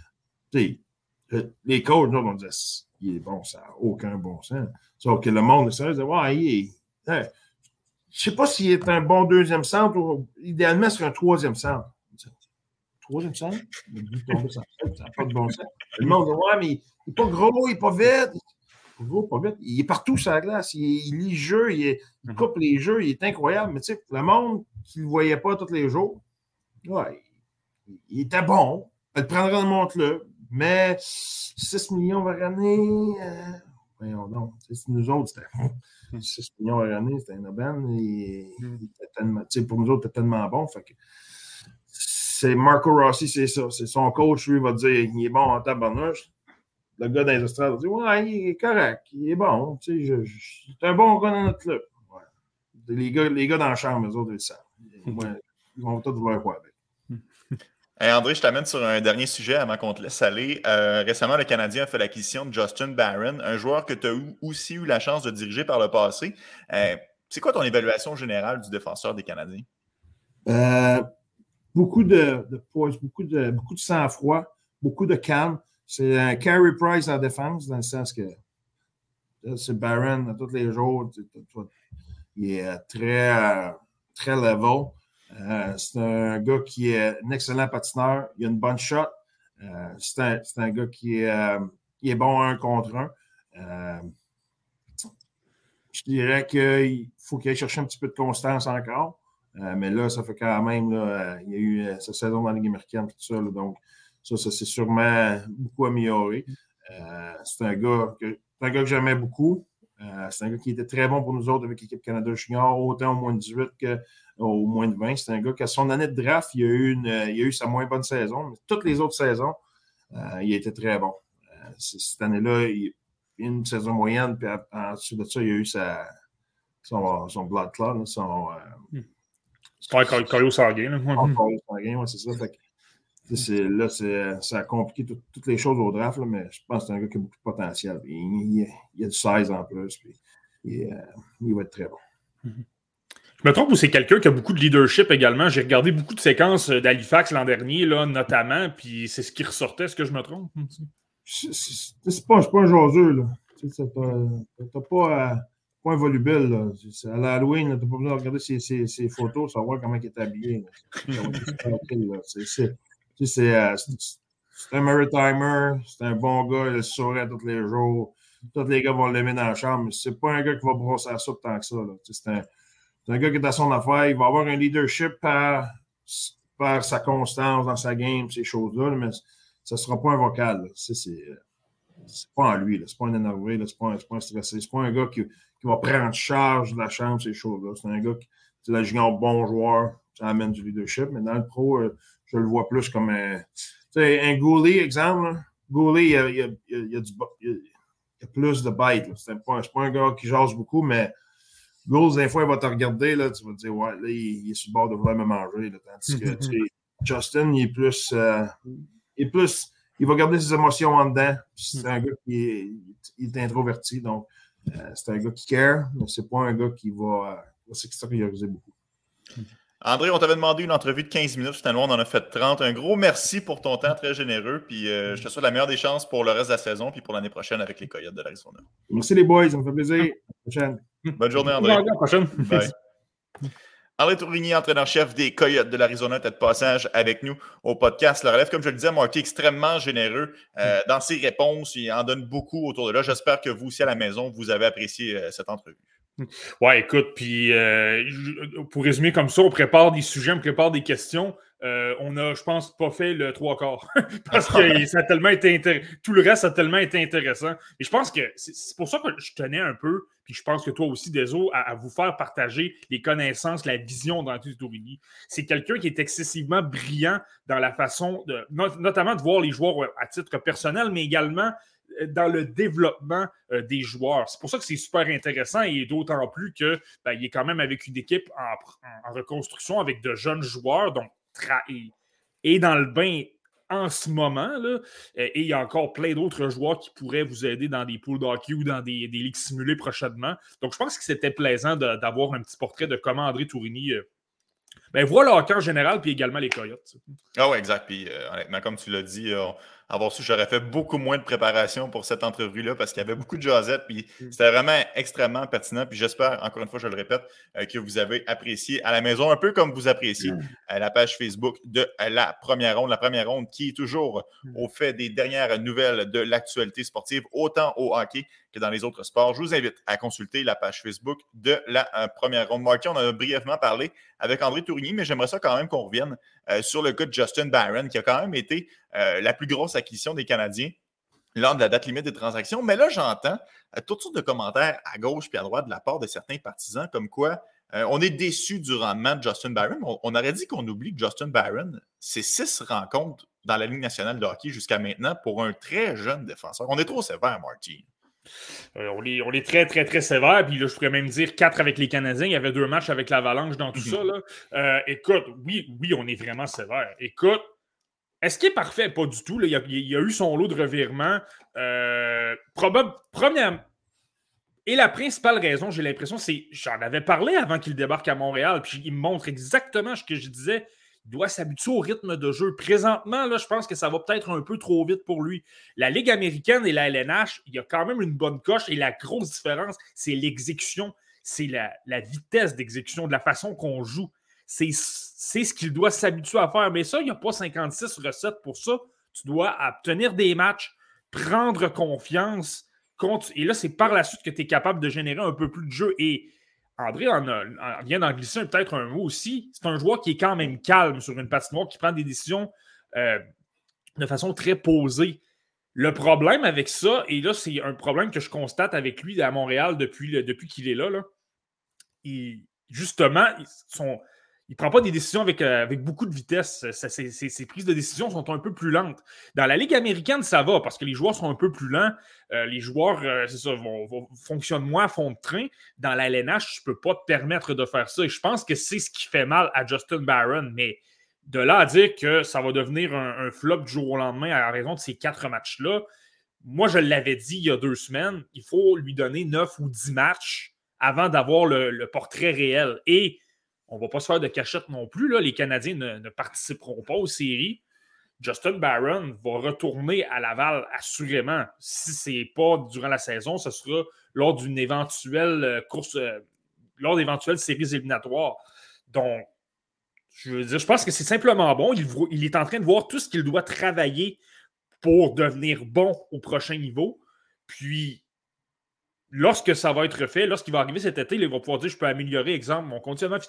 les coachs, là, on disait il est bon, ça n'a aucun bon sens. Sauf que le monde, ça disait ouais, je ne sais pas s'il est un bon deuxième centre ou idéalement, c'est un troisième centre. Troisième centre? Ça n'a pas de bon sens. Le monde dit ouais, mais il n'est pas gros, il n'est pas vite. Gros, pas vite. Il est partout sur la glace. Il lit le jeu, il coupe les jeux, il est incroyable. Mais tu sais, le monde qui ne le voyait pas tous les jours, ouais, il était bon. Elle prendrait dans le montre-le. Mais 6 millions par année, voyons donc. Nous autres, c'était 6 millions par année, c'était une aubaine. Pour nous autres, c'était tellement bon. Fait que c'est Marco Rossi, c'est ça. C'est son coach, lui, va dire il est bon en tabarnouche. Le gars dans les estrades va dire ouais, il est correct, il est bon. C'est un bon gars dans notre club. Ouais. Les gars dans la chambre, eux autres, ils le savent. Ils vont tous vouloir quoi avec. Hey André, je t'amène sur un dernier sujet avant qu'on te laisse aller. Récemment, le Canadien a fait l'acquisition de Justin Barron, un joueur que tu as aussi eu la chance de diriger par le passé. C'est quoi ton évaluation générale du défenseur des Canadiens? Beaucoup de poise, beaucoup de sang-froid, beaucoup de calme. C'est un Carey Price en défense, dans le sens que c'est Barron à tous les jours. Il est très, très level. C'est un gars qui est un excellent patineur. Il a une bonne shot. C'est un gars qui est bon 1 contre 1. Je dirais qu'il faut qu'il aille chercher un petit peu de constance encore. Mais là, ça fait quand même, là, il y a eu sa saison dans la Ligue américaine et tout ça. Là, donc, ça s'est sûrement beaucoup amélioré. C'est un gars que j'aimais beaucoup. C'est un gars qui était très bon pour nous autres avec l'équipe Canada Junior, autant au moins de 18 qu'au moins de 20. C'est un gars qui, à son année de draft, il a eu sa moins bonne saison. Mais toutes les autres saisons, il a été très bon. Cette année-là, il a eu une saison moyenne, puis ensuite de ça, il a eu son blood clot, là, son... Caillot sanguin. Caillot sanguin, ouais, c'est ça. Fait que, ça a compliqué toutes les choses au draft, là, mais je pense que c'est un gars qui a beaucoup de potentiel. Il a du 16 en plus, puis il va être très bon. Je me trompe ou c'est quelqu'un qui a beaucoup de leadership également? J'ai regardé beaucoup de séquences d'Halifax l'an dernier, là, notamment, puis c'est ce qui ressortait. Est-ce que je me trompe? C'est pas un jaseux, là. T'as pas un volubile, là. À l'Halloween, t'as pas besoin de regarder ses photos, savoir comment il est habillé. C'est un Maritimer, c'est un bon gars, il le saurait tous les jours. Tous les gars vont l'aimer dans la chambre, mais c'est pas un gars qui va brosser la soupe tant que ça. C'est un gars qui est à son affaire, il va avoir un leadership par par sa constance dans sa game, ces choses-là, mais ça ne sera pas un vocal. C'est pas en lui. C'est pas un énervé. C'est pas un stressé. C'est pas un gars qui va prendre charge de la chambre, ces choses-là. C'est un gars qui, la junior, bon joueur, ça amène du leadership. Mais dans le pro, je le vois plus comme un Goulet, exemple. Là. Goulet, il y a plus de bite. C'est pas un gars qui jase beaucoup, mais Goulet, des fois, il va te regarder, là, tu vas te dire, ouais, là, il est sur le bord de vouloir me manger. Là, tandis que Justin, il est plus. Il va garder ses émotions en dedans. C'est un gars qui est introverti, donc c'est un gars qui care, mais c'est pas un gars qui va s'extérioriser beaucoup. André, on t'avait demandé une entrevue de 15 minutes. Finalement, on en a fait 30. Un gros merci pour ton temps, très généreux. Puis je te souhaite la meilleure des chances pour le reste de la saison puis pour l'année prochaine avec les Coyotes de l'Arizona. Merci les boys, ça me fait plaisir. À la prochaine. Bonne journée, André. À la prochaine. Bye. André Tourigny, entraîneur-chef des Coyotes de l'Arizona, était de passage avec nous au podcast Le Relève. Comme je le disais, Marty, extrêmement généreux dans ses réponses. Il en donne beaucoup autour de là. J'espère que vous aussi à la maison, vous avez apprécié cette entrevue. Ouais, écoute, puis pour résumer comme ça, on prépare des sujets, on prépare des questions. On a, je pense, pas fait le 3/4 parce que ça a tellement été tout le reste a tellement été intéressant. Et je pense que c'est pour ça que je tenais un peu, puis je pense que toi aussi, Deso, à vous faire partager les connaissances, la vision d'André Tourigny. C'est quelqu'un qui est excessivement brillant dans la façon, notamment de voir les joueurs à titre personnel, mais également dans le développement des joueurs. C'est pour ça que c'est super intéressant et d'autant plus qu'il est quand même avec une équipe en reconstruction avec de jeunes joueurs, donc et dans le bain en ce moment. Là, et il y a encore plein d'autres joueurs qui pourraient vous aider dans des pools de hockey ou dans des ligues simulées prochainement. Donc, je pense que c'était plaisant d'avoir un petit portrait de comment André Tourigny voit le hockey en général, puis également les Coyotes. Ah oui, exact. Puis honnêtement, comme tu l'as dit, avoir su, j'aurais fait beaucoup moins de préparation pour cette entrevue-là parce qu'il y avait beaucoup de jasettes, puis c'était vraiment extrêmement pertinent. Puis j'espère, encore une fois, je le répète, que vous avez apprécié à la maison, un peu comme vous appréciez la page Facebook de La Première Ronde. La Première Ronde qui est toujours au fait des dernières nouvelles de l'actualité sportive, autant au hockey que dans les autres sports. Je vous invite à consulter la page Facebook de La Première Ronde. Marky, on en a brièvement parlé avec André Tourigny, mais j'aimerais ça quand même qu'on revienne sur le cas de Justin Barron, qui a quand même été la plus grosse acquisition des Canadiens lors de la date limite des transactions. Mais là, j'entends toutes sortes de commentaires à gauche et à droite de la part de certains partisans, comme quoi on est déçu du rendement de Justin Barron. On aurait dit qu'on oublie que Justin Barron, c'est 6 rencontres dans la Ligue nationale de hockey jusqu'à maintenant pour un très jeune défenseur. On est trop sévère, Marty. On est très, très, très sévère. Puis là, je pourrais même dire 4 avec les Canadiens. Il y avait 2 matchs avec l'Avalanche dans tout ça. Là. Écoute, oui, on est vraiment sévère. Écoute, est-ce qu'il est parfait? Pas du tout. Là. Il y a eu son lot de revirements. Première... Et la principale raison, j'ai l'impression, c'est... J'en avais parlé avant qu'il débarque à Montréal. Puis il me montre exactement ce que je disais. Il doit s'habituer au rythme de jeu. Présentement, là, je pense que ça va peut-être un peu trop vite pour lui. La Ligue américaine et la LNH, il y a quand même une bonne coche et la grosse différence, c'est l'exécution. C'est la vitesse d'exécution, de la façon qu'on joue. C'est ce qu'il doit s'habituer à faire. Mais ça, il n'y a pas 56 recettes pour ça. Tu dois obtenir des matchs, prendre confiance. Et là, c'est par la suite que tu es capable de générer un peu plus de jeu. Et André vient d'en glisser peut-être un mot aussi. C'est un joueur qui est quand même calme sur une patinoire, qui prend des décisions de façon très posée. Le problème avec ça, et là, c'est un problème que je constate avec lui à Montréal depuis qu'il est là. Justement, il ne prend pas des décisions avec beaucoup de vitesse. Ses prises de décision sont un peu plus lentes. Dans la Ligue américaine, ça va parce que les joueurs sont un peu plus lents. Les joueurs, fonctionnent moins à fond de train. Dans la LNH, tu ne peux pas te permettre de faire ça. Et je pense que c'est ce qui fait mal à Justin Barron. Mais de là à dire que ça va devenir un flop du jour au lendemain à raison de ces 4 matchs-là, moi, je l'avais dit il y a 2 semaines, il faut lui donner 9 ou 10 matchs avant d'avoir le portrait réel. Et on ne va pas se faire de cachette non plus. Là. Les Canadiens ne participeront pas aux séries. Justin Barron va retourner à Laval assurément. Si ce n'est pas durant la saison, ce sera lors d'une éventuelle course, lors d'éventuelles séries éliminatoires. Donc, je veux dire, je pense que c'est simplement bon. Il est en train de voir tout ce qu'il doit travailler pour devenir bon au prochain niveau. Puis, lorsque ça va être fait, lorsqu'il va arriver cet été, il va pouvoir dire, je peux améliorer, exemple, mon conditionnement physique.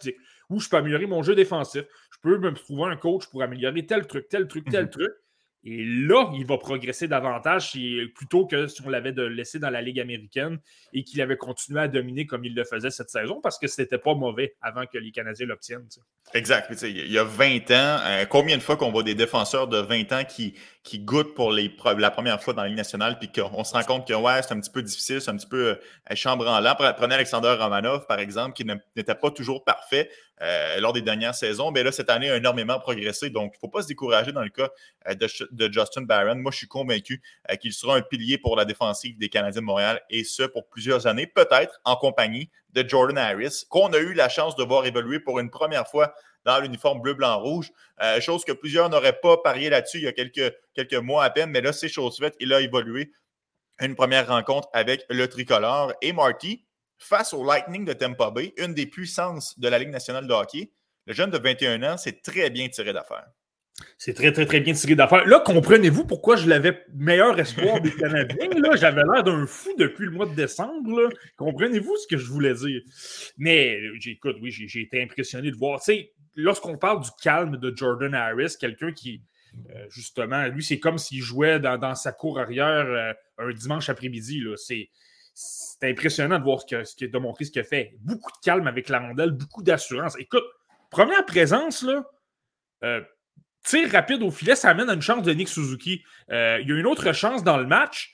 ou je peux améliorer mon jeu défensif. Je peux me trouver un coach pour améliorer tel truc. Et là, il va progresser davantage plutôt que si on l'avait laissé dans la Ligue américaine et qu'il avait continué à dominer comme il le faisait cette saison parce que c'était pas mauvais avant que les Canadiens l'obtiennent. T'sais. Exact. Il y a 20 ans, combien de fois qu'on voit des défenseurs de 20 ans qui goûtent pour la première fois dans la Ligue nationale puis qu'on se rend compte que ouais, c'est un petit peu difficile, c'est un petit peu chambranlant. Prenez Alexander Romanov, par exemple, qui n'était pas toujours parfait lors des dernières saisons. Mais là, cette année a énormément progressé. Donc, il ne faut pas se décourager dans le cas de Justin Barron. Moi, je suis convaincu qu'il sera un pilier pour la défensive des Canadiens de Montréal et ce, pour plusieurs années, peut-être en compagnie de Jordan Harris, qu'on a eu la chance de voir évoluer pour une première fois dans l'uniforme bleu-blanc-rouge. Chose que plusieurs n'auraient pas parié là-dessus il y a quelques mois à peine, mais là, c'est chose faite. Il a évolué une première rencontre avec le tricolore. Et Marty, face au Lightning de Tampa Bay, une des puissances de la Ligue nationale de hockey, le jeune de 21 ans s'est très bien tiré d'affaire. C'est très, très, très bien tiré d'affaire. Là, comprenez-vous pourquoi je l'avais meilleur espoir des Canadiens? Là, j'avais l'air d'un fou depuis le mois de décembre. Là. Comprenez-vous ce que je voulais dire? Mais, écoute, oui, j'ai été impressionné de voir. Tu sais, lorsqu'on parle du calme de Jordan Harris, quelqu'un qui, justement, lui, c'est comme s'il jouait dans sa cour arrière un dimanche après-midi. Là. C'est impressionnant de voir de montrer ce qu'il a fait. Beaucoup de calme avec la rondelle, beaucoup d'assurance. Écoute, première présence, là, tir rapide au filet, ça amène à une chance de Nick Suzuki. Il y a une autre chance dans le match.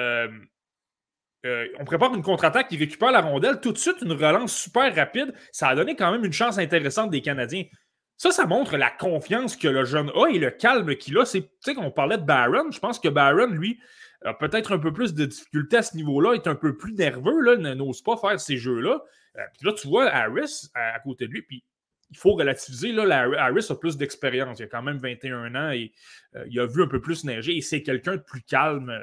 On prépare une contre-attaque, il récupère la rondelle. Tout de suite, une relance super rapide. Ça a donné quand même une chance intéressante des Canadiens. Ça montre la confiance que le jeune a et le calme qu'il a. Tu sais, qu'on parlait de Barron. Je pense que Barron, lui, a peut-être un peu plus de difficultés à ce niveau-là, est un peu plus nerveux, là, n'ose pas faire ces jeux-là. Puis là, tu vois Harris à côté de lui, puis il faut relativiser. Là, Harris a plus d'expérience. Il a quand même 21 ans et il a vu un peu plus neiger. Et c'est quelqu'un de plus calme.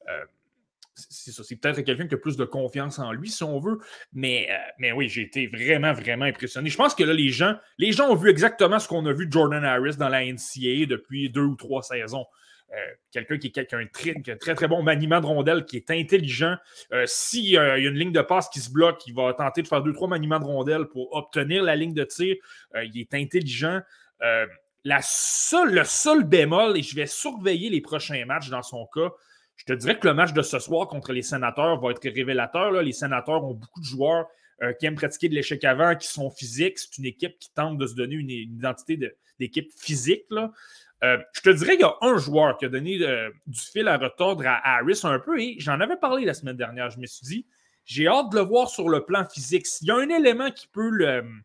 C'est ça. C'est peut-être quelqu'un qui a plus de confiance en lui, si on veut. Mais oui, j'ai été vraiment, vraiment impressionné. Je pense que là, les gens ont vu exactement ce qu'on a vu de Jordan Harris dans la NCAA depuis 2 ou 3 saisons. Quelqu'un qui a un très, très, très bon maniement de rondelle, qui est intelligent. S'il y a une ligne de passe qui se bloque, il va tenter de faire 2-3 maniements de rondelle pour obtenir la ligne de tir. Il est intelligent. Le seul bémol, et je vais surveiller les prochains matchs dans son cas, je te dirais que le match de ce soir contre les Sénateurs va être révélateur. Là. Les Sénateurs ont beaucoup de joueurs qui aiment pratiquer de l'échec avant, qui sont physiques. C'est une équipe qui tente de se donner une identité d'équipe physique, là. Je te dirais qu'il y a un joueur qui a donné du fil à retordre à Harris un peu, et j'en avais parlé la semaine dernière. Je me suis dit, j'ai hâte de le voir sur le plan physique. S'il y a un élément qui peut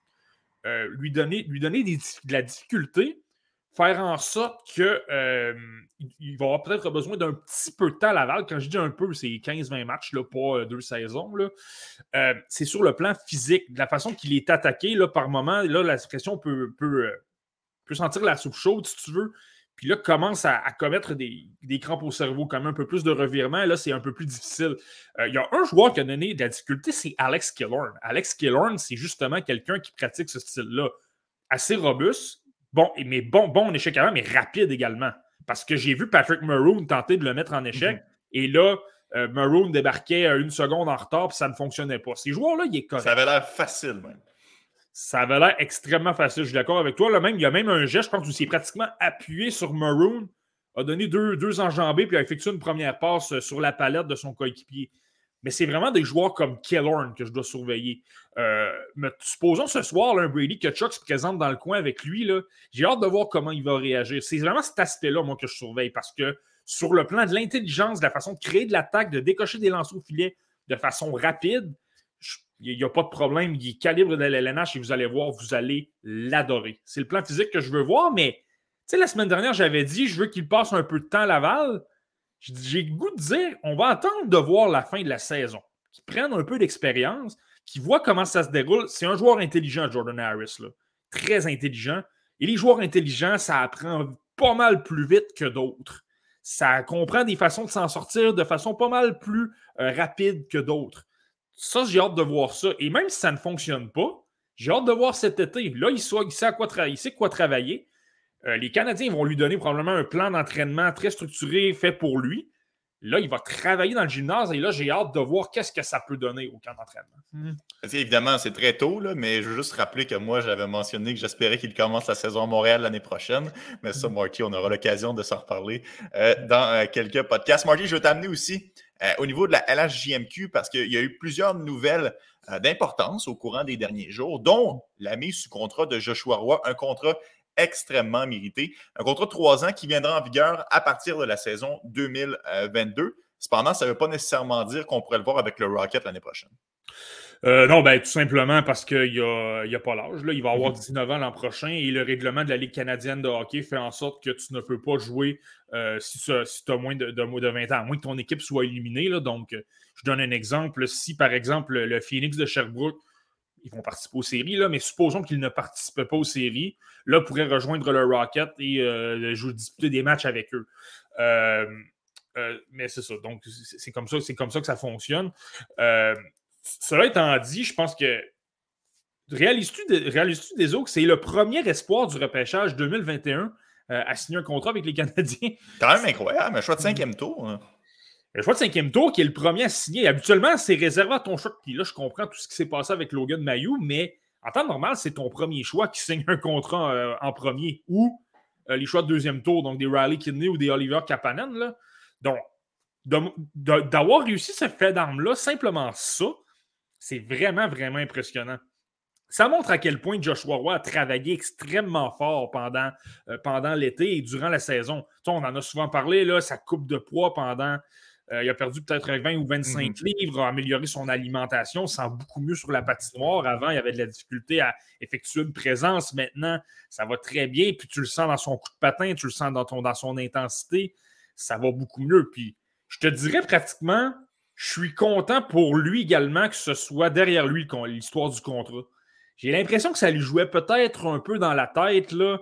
lui donner de la difficulté, faire en sorte qu'il va avoir peut-être besoin d'un petit peu de temps à Laval. Quand je dis un peu, c'est 15-20 matchs, là, pas 2 saisons. Là. C'est sur le plan physique, de la façon qu'il est attaqué là, par moment. Là, la pression peut sentir la soupe chaude, si tu veux. Puis là, commence à commettre des crampes au cerveau, quand même un peu plus de revirement. Là, c'est un peu plus difficile. Il y a un joueur qui a donné de la difficulté, c'est Alex Killorn. Alex Killorn, c'est justement quelqu'un qui pratique ce style-là. Assez robuste, bon en échec avant, mais rapide également. Parce que j'ai vu Patrick Maroon tenter de le mettre en échec. Et là, Maroon débarquait à 1 seconde en retard, puis ça ne fonctionnait pas. Ces joueurs-là, il est correct. Ça avait l'air facile, même. Ça avait l'air extrêmement facile. Je suis d'accord avec toi. Là, même, il y a même un geste, je pense, où c'est pratiquement appuyé sur Maroon, a donné deux enjambées, puis a effectué une première passe sur la palette de son coéquipier. Mais c'est vraiment des joueurs comme Killorn que je dois surveiller. Mais supposons ce soir, là, un Brady Tkachuk se présente dans le coin avec lui. Là, j'ai hâte de voir comment il va réagir. C'est vraiment cet aspect-là, moi, que je surveille, parce que sur le plan de l'intelligence, de la façon de créer de l'attaque, de décocher des lancers au filet de façon rapide, il n'y a pas de problème. Il est calibre de l'LNH et vous allez voir, vous allez l'adorer. C'est le plan physique que je veux voir, mais tu sais, la semaine dernière, j'avais dit, je veux qu'il passe un peu de temps à Laval. J'ai le goût de dire, on va attendre de voir la fin de la saison. Qu'ils prennent un peu d'expérience, qu'ils voient comment ça se déroule. C'est un joueur intelligent, Jordan Harris, là. Très intelligent. Et les joueurs intelligents, ça apprend pas mal plus vite que d'autres. Ça comprend des façons de s'en sortir de façon pas mal plus rapide que d'autres. Ça, j'ai hâte de voir ça. Et même si ça ne fonctionne pas, j'ai hâte de voir cet été. Là, il sait quoi travailler. Les Canadiens vont lui donner probablement un plan d'entraînement très structuré, fait pour lui. Là, il va travailler dans le gymnase et là, j'ai hâte de voir qu'est-ce que ça peut donner au camp d'entraînement. Évidemment, c'est très tôt, là, mais je veux juste rappeler que moi, j'avais mentionné que j'espérais qu'il commence la saison à Montréal l'année prochaine. Mais ça, Marty, on aura l'occasion de s'en reparler dans quelques podcasts. Marty, je veux t'amener aussi au niveau de la LHJMQ parce qu'il y a eu plusieurs nouvelles d'importance au courant des derniers jours, dont la mise sous contrat de Joshua Roy, un contrat extrêmement mérité. Un contrat de 3 ans qui viendra en vigueur à partir de la saison 2022. Cependant, ça ne veut pas nécessairement dire qu'on pourrait le voir avec le Rocket l'année prochaine. Non, tout simplement parce qu'il n'y a pas l'âge. Là. Il va avoir 19 ans l'an prochain et le règlement de la Ligue canadienne de hockey fait en sorte que tu ne peux pas jouer si tu as moins de 20 ans, à moins que ton équipe soit éliminée. Là. Donc, je donne un exemple. Si, par exemple, le Phoenix de Sherbrooke, ils vont participer aux séries, là, mais supposons qu'ils ne participent pas aux séries, là, pourraient rejoindre le Rocket et disputer des matchs avec eux. Mais c'est ça. Donc, c'est comme ça que ça fonctionne. Cela étant dit, je pense que réalises-tu des autres que c'est le premier espoir du repêchage 2021 à signer un contrat avec les Canadiens? Quand même incroyable, un choix de 5e tour. Hein. Le choix de 5e tour qui est le premier à signer. Habituellement, c'est réservé à ton choix. Puis là, je comprends tout ce qui s'est passé avec Logan Mailloux, mais en temps normal, c'est ton premier choix qui signe un contrat en premier ou les choix de 2e tour, donc des Riley Kidney ou des Oliver Kapanen. Là. Donc, d'avoir réussi ce fait d'armes-là, simplement ça, c'est vraiment, vraiment impressionnant. Ça montre à quel point Joshua Roy a travaillé extrêmement fort pendant l'été et durant la saison. Tu sais, on en a souvent parlé, là, sa coupe de poids pendant... il a perdu peut-être 20 ou 25 livres, a amélioré son alimentation, sent beaucoup mieux sur la patinoire. Avant, il y avait de la difficulté à effectuer une présence. Maintenant, ça va très bien. Puis tu le sens dans son coup de patin, tu le sens dans son intensité. Ça va beaucoup mieux. Puis je te dirais pratiquement, je suis content pour lui également que ce soit derrière lui l'histoire du contrat. J'ai l'impression que ça lui jouait peut-être un peu dans la tête, là.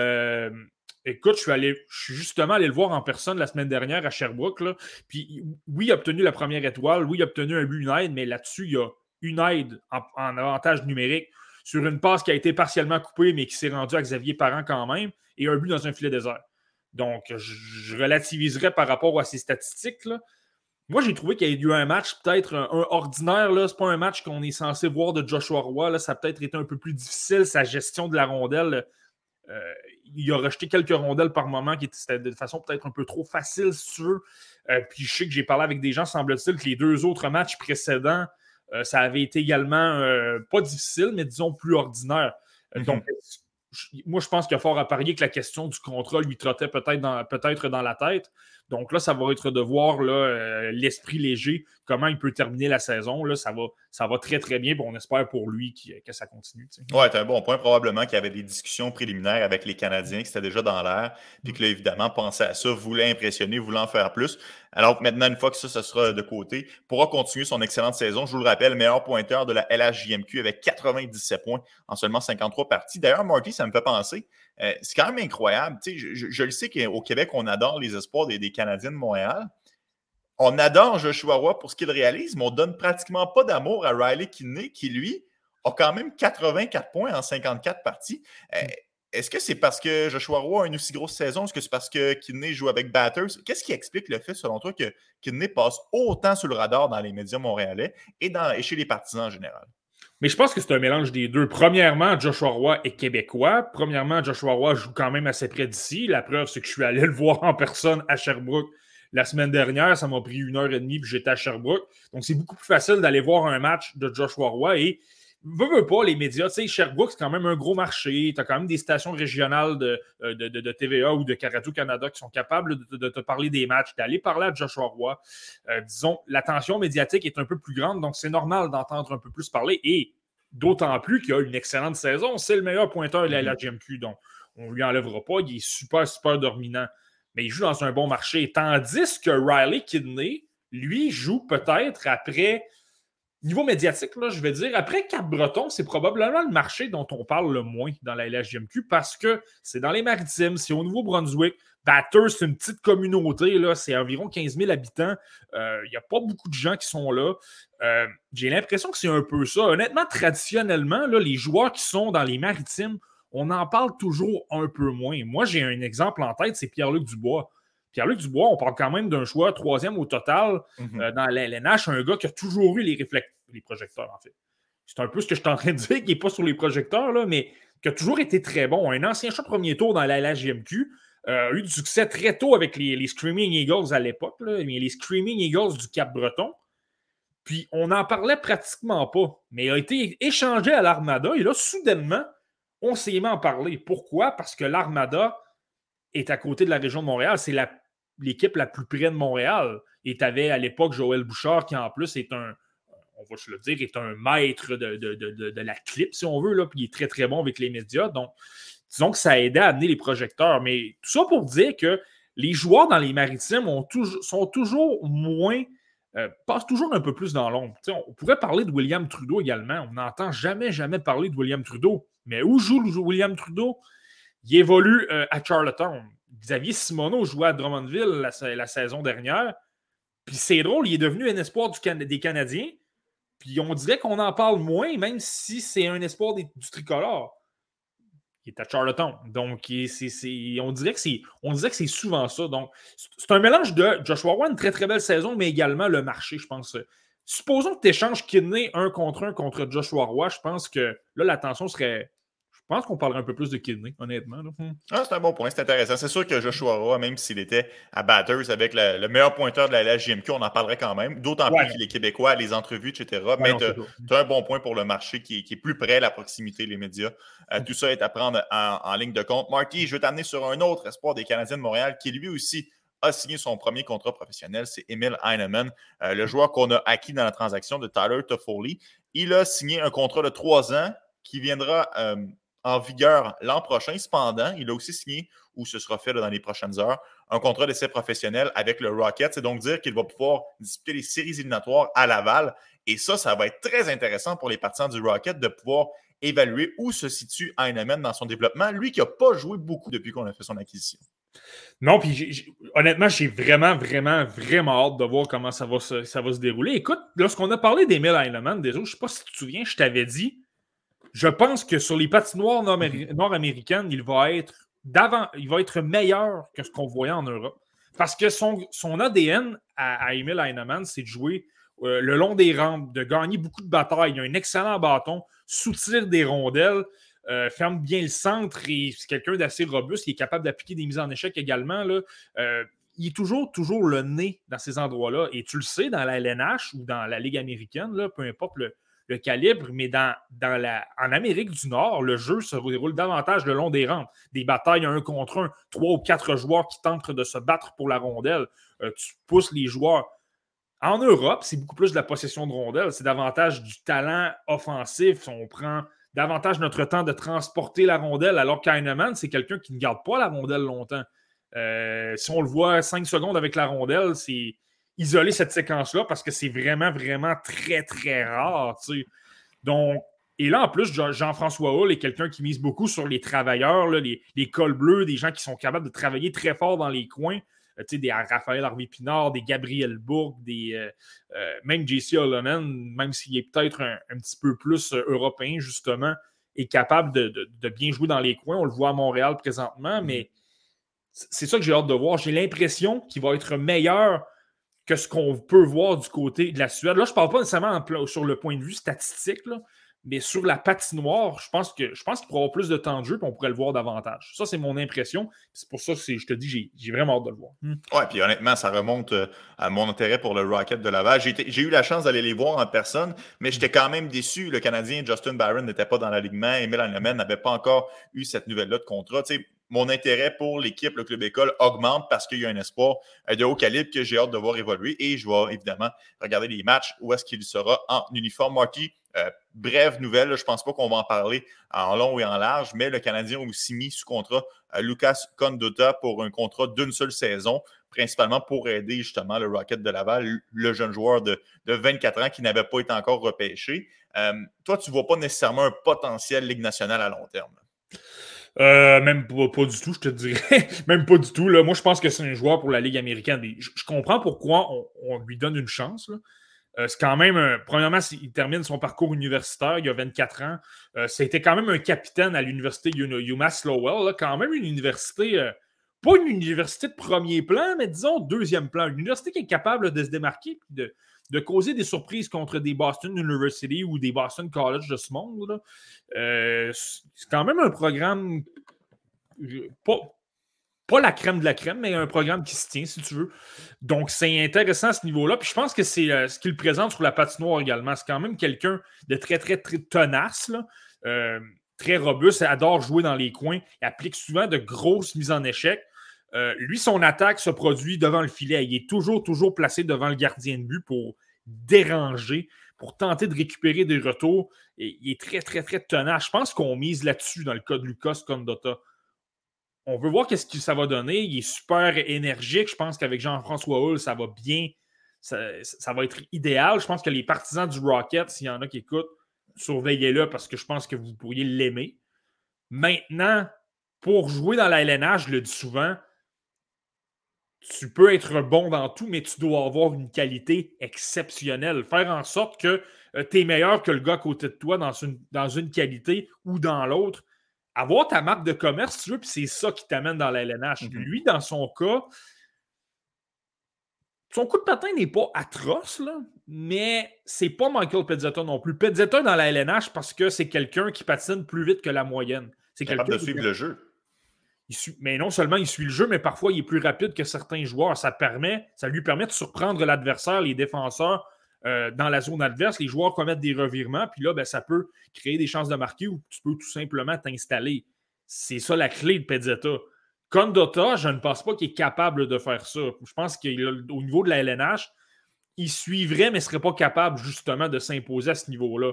Écoute, je suis justement allé le voir en personne la semaine dernière à Sherbrooke. Là. Puis oui, il a obtenu la première étoile. Oui, il a obtenu un but, une aide, mais là-dessus, il y a une aide en avantage numérique sur une passe qui a été partiellement coupée, mais qui s'est rendue à Xavier Parent quand même, et un but dans un filet désert. Donc, je relativiserais par rapport à ces statistiques. Là. Moi, j'ai trouvé qu'il y a eu un match peut-être un ordinaire. Ce n'est pas un match qu'on est censé voir de Joshua Roy. Là. Ça a peut-être été un peu plus difficile, sa gestion de la rondelle. Il a rejeté quelques rondelles par moment qui étaient de façon peut-être un peu trop facile, si tu veux. Puis je sais que j'ai parlé avec des gens, semble-t-il, que les 2 autres matchs précédents, ça avait été également pas difficile, mais disons plus ordinaire. Donc, moi, je pense qu'il y a fort à parier que la question du contrat lui trottait peut-être dans la tête. Donc là, ça va être de voir là, l'esprit léger, comment il peut terminer la saison. Là, ça va très, très bien. On espère pour lui que ça continue. Oui, c'est un bon point. Probablement qu'il y avait des discussions préliminaires avec les Canadiens, qui c'était déjà dans l'air, puis que là, évidemment, pensait à ça, voulait impressionner, voulait en faire plus. Alors maintenant, une fois que ça sera de côté, pourra continuer son excellente saison. Je vous le rappelle, meilleur pointeur de la LHJMQ avec 97 points en seulement 53 parties. D'ailleurs, Marty, ça me fait penser, c'est quand même incroyable. Je le sais qu'au Québec, on adore les espoirs des Canadiens de Montréal. On adore Joshua Roy pour ce qu'il réalise, mais on ne donne pratiquement pas d'amour à Riley Kidney, qui, lui, a quand même 84 points en 54 parties. Est-ce que c'est parce que Joshua Roy a une aussi grosse saison? Est-ce que c'est parce que Kidney joue avec Batters? Qu'est-ce qui explique le fait, selon toi, que Kidney passe autant sur le radar dans les médias montréalais et chez les partisans en général? Mais je pense que c'est un mélange des deux. Premièrement, Joshua Roy est québécois. Premièrement, Joshua Roy joue quand même assez près d'ici. La preuve, c'est que je suis allé le voir en personne à Sherbrooke la semaine dernière. Ça m'a pris 1h30 puis j'étais à Sherbrooke. Donc, c'est beaucoup plus facile d'aller voir un match de Joshua Roy. Et veux pas, les médias, tu sais, Sherbrooke, c'est quand même un gros marché. Tu as quand même des stations régionales de TVA ou de Radio-Canada qui sont capables de te parler des matchs, d'aller parler à Joshua Roy. Disons, l'attention médiatique est un peu plus grande, donc c'est normal d'entendre un peu plus parler. Et d'autant plus qu'il a une excellente saison. C'est le meilleur pointeur de la LHJMQ, donc on ne lui enlèvera pas. Il est super, super dominant. Mais il joue dans un bon marché. Tandis que Riley Kidney, lui, joue peut-être après... Niveau médiatique, là, je vais dire, après Cap-Breton, c'est probablement le marché dont on parle le moins dans la LHJMQ parce que c'est dans les Maritimes, c'est au Nouveau-Brunswick. Batters, c'est une petite communauté, là, c'est environ 15 000 habitants. Il n'y a pas beaucoup de gens qui sont là. J'ai l'impression que c'est un peu ça. Honnêtement, traditionnellement, là, les joueurs qui sont dans les Maritimes, on en parle toujours un peu moins. Moi, j'ai un exemple en tête, c'est Pierre-Luc Dubois. Pierre-Luc Dubois, on parle quand même d'un choix 3e au total dans la LNH, un gars qui a toujours eu les projecteurs, en fait. C'est un peu ce que je suis en train de dire, qui n'est pas sur les projecteurs, là, mais qui a toujours été très bon. Un ancien choix de premier tour dans la LHJMQ, a eu du succès très tôt avec les Screaming Eagles à l'époque, là, les Screaming Eagles du Cap-Breton. Puis on n'en parlait pratiquement pas, mais il a été échangé à l'Armada et là, soudainement, on s'est mis à en parler. Pourquoi? Parce que l'Armada est à côté de la région de Montréal. C'est l'équipe la plus près de Montréal. Et tu avais à l'époque Joël Bouchard, qui en plus est on va se le dire, est un maître de la clip, si on veut, là, puis il est très, très bon avec les médias. Donc, disons que ça a aidé à amener les projecteurs. Mais tout ça pour dire que les joueurs dans les maritimes sont toujours moins... passent toujours un peu plus dans l'ombre. On pourrait parler de William Trudeau également. On n'entend jamais parler de William Trudeau. Mais où joue William Trudeau? Il évolue à Charlottetown. Xavier Simoneau jouait à Drummondville la saison dernière. Puis c'est drôle, il est devenu un espoir des Canadiens. Puis on dirait qu'on en parle moins, même si c'est un espoir du tricolore. Il est à Charlottetown. Donc, on dirait que c'est souvent ça. Donc, c'est un mélange de Joshua Roy, une très, très belle saison, mais également le marché, je pense. Supposons que tu échanges Kidney 1 contre Joshua Roy. Je pense que là, l'attention serait... Je pense qu'on parlerait un peu plus de Kidney, honnêtement. C'est un bon point, c'est intéressant. C'est sûr que Joshua Roy, même s'il était à Batters avec le meilleur pointeur de la LHJMQ, on en parlerait quand même. D'autant plus qu'il est québécois, les entrevues, etc. Mais tu as un bon point pour le marché qui est plus près, la proximité, les médias. Tout ça est à prendre en ligne de compte. Marky, je vais t'amener sur un autre espoir des Canadiens de Montréal qui lui aussi a signé son premier contrat professionnel. C'est Emil Heinemann, le joueur qu'on a acquis dans la transaction de Tyler Toffoli. Il a signé un contrat de 3 ans qui viendra... en vigueur l'an prochain. Cependant, il a aussi signé, ou ce sera fait dans les prochaines heures, un contrat d'essai professionnel avec le Rocket. C'est donc dire qu'il va pouvoir disputer les séries éliminatoires à Laval. Et ça va être très intéressant pour les partisans du Rocket de pouvoir évaluer où se situe Heinemann dans son développement. Lui qui n'a pas joué beaucoup depuis qu'on a fait son acquisition. Non, puis honnêtement, j'ai vraiment, vraiment, vraiment hâte de voir comment ça va se dérouler. Écoute, lorsqu'on a parlé d'Emil Heinemann, déjà, je ne sais pas si tu te souviens, je t'avais dit, je pense que sur les patinoires nord-américaines, il va être meilleur que ce qu'on voyait en Europe. Parce que son ADN à Emil Heinemann, c'est de jouer le long des rampes, de gagner beaucoup de batailles. Il a un excellent bâton, soutire des rondelles, ferme bien le centre et c'est quelqu'un d'assez robuste. Il est capable d'appliquer des mises en échec également. Là. Il est toujours le nez dans ces endroits-là. Et tu le sais, dans la LNH ou dans la Ligue américaine, là, peu importe le calibre, mais en Amérique du Nord, le jeu se déroule davantage le long des rampes. Des batailles 1 contre 1, 3 ou 4 joueurs qui tentent de se battre pour la rondelle. Tu pousses les joueurs. En Europe, c'est beaucoup plus de la possession de rondelle. C'est davantage du talent offensif. On prend davantage notre temps de transporter la rondelle, alors qu'Heinemann, c'est quelqu'un qui ne garde pas la rondelle longtemps. Si on le voit 5 secondes avec la rondelle, c'est isoler cette séquence-là parce que c'est vraiment, vraiment très, très rare. Tu sais. Donc, et là, en plus, Jean-François Hull est quelqu'un qui mise beaucoup sur les travailleurs, là, les cols bleus, des gens qui sont capables de travailler très fort dans les coins. Tu sais, des Raphaël Harvey-Pinard, des Gabriel Bourque, même JC Olonen, même s'il est peut-être un petit peu plus européen, justement, est capable de bien jouer dans les coins. On le voit à Montréal présentement, mais c'est ça que j'ai hâte de voir. J'ai l'impression qu'il va être meilleur que ce qu'on peut voir du côté de la Suède. Là, je ne parle pas nécessairement sur le point de vue statistique, là, mais sur la patinoire, je pense qu'il pourra avoir plus de temps de jeu et on pourrait le voir davantage. Ça, c'est mon impression. C'est pour ça que je te dis, j'ai vraiment hâte de le voir. Oui, puis honnêtement, ça remonte à mon intérêt pour le Rocket de Laval. J'ai eu la chance d'aller les voir en personne, mais j'étais quand même déçu. Le Canadien Justin Barron n'était pas dans l'alignement. Emil Heinemann n'avait pas encore eu cette nouvelle-là de contrat. Tu sais, mon intérêt pour l'équipe, le club école, augmente parce qu'il y a un espoir de haut calibre que j'ai hâte de voir évoluer. Et je vais évidemment regarder les matchs où est-ce qu'il sera en uniforme. Marky, brève nouvelle, je ne pense pas qu'on va en parler en long et en large, mais le Canadien a aussi mis sous contrat Lucas Condotta pour un contrat d'une seule saison, principalement pour aider justement le Rocket de Laval, le jeune joueur de 24 ans qui n'avait pas été encore repêché. Toi, tu ne vois pas nécessairement un potentiel Ligue nationale à long terme? Même pas du tout, je te dirais. Même pas du tout. Là. Moi, je pense que c'est un joueur pour la Ligue américaine. Je comprends pourquoi on lui donne une chance. Là. C'est quand même, premièrement, il termine son parcours universitaire, il a 24 ans. C'était quand même un capitaine à l'université UMass Lowell. Là. Quand même une université pas une université de premier plan, mais disons deuxième plan. Une université qui est capable de se démarquer et de causer des surprises contre des Boston University ou des Boston College de ce monde. C'est quand même un programme pas la crème de la crème, mais un programme qui se tient, si tu veux. Donc, c'est intéressant à ce niveau-là. Puis je pense que c'est ce qu'il présente sur la patinoire également. C'est quand même quelqu'un de très, très, très tenace, là. Très robuste, adore jouer dans les coins. Il applique souvent de grosses mises en échec. Lui, son attaque se produit devant le filet. Il est toujours placé devant le gardien de but pour déranger, pour tenter de récupérer des retours. Et il est très, très, très tenace. Je pense qu'on mise là-dessus dans le cas de Lucas Condotta. On veut voir qu'est-ce que ça va donner. Il est super énergique. Je pense qu'avec Jean-François Hull, ça va bien. Ça va être idéal. Je pense que les partisans du Rocket, s'il y en a qui écoutent, surveillez-le parce que je pense que vous pourriez l'aimer. Maintenant, pour jouer dans la LNH, je le dis souvent, tu peux être bon dans tout, mais tu dois avoir une qualité exceptionnelle. Faire en sorte que tu es meilleur que le gars à côté de toi dans une qualité ou dans l'autre. Avoir ta marque de commerce, si tu veux, puis c'est ça qui t'amène dans la LNH. Mm-hmm. Lui, dans son cas, son coup de patin n'est pas atroce, là, mais c'est pas Michael Pezzetta non plus. Pezzetta dans la LNH parce que c'est quelqu'un qui patine plus vite que la moyenne. C'est capable de suivre le jeu. Mais non seulement il suit le jeu, mais parfois il est plus rapide que certains joueurs. Ça lui permet de surprendre l'adversaire, les défenseurs dans la zone adverse. Les joueurs commettent des revirements, puis là, ça peut créer des chances de marquer ou tu peux tout simplement t'installer. C'est ça la clé de Pezzetta. Condotta, je ne pense pas qu'il est capable de faire ça. Je pense qu'au niveau de la LNH, il suivrait, mais ne serait pas capable justement de s'imposer à ce niveau-là.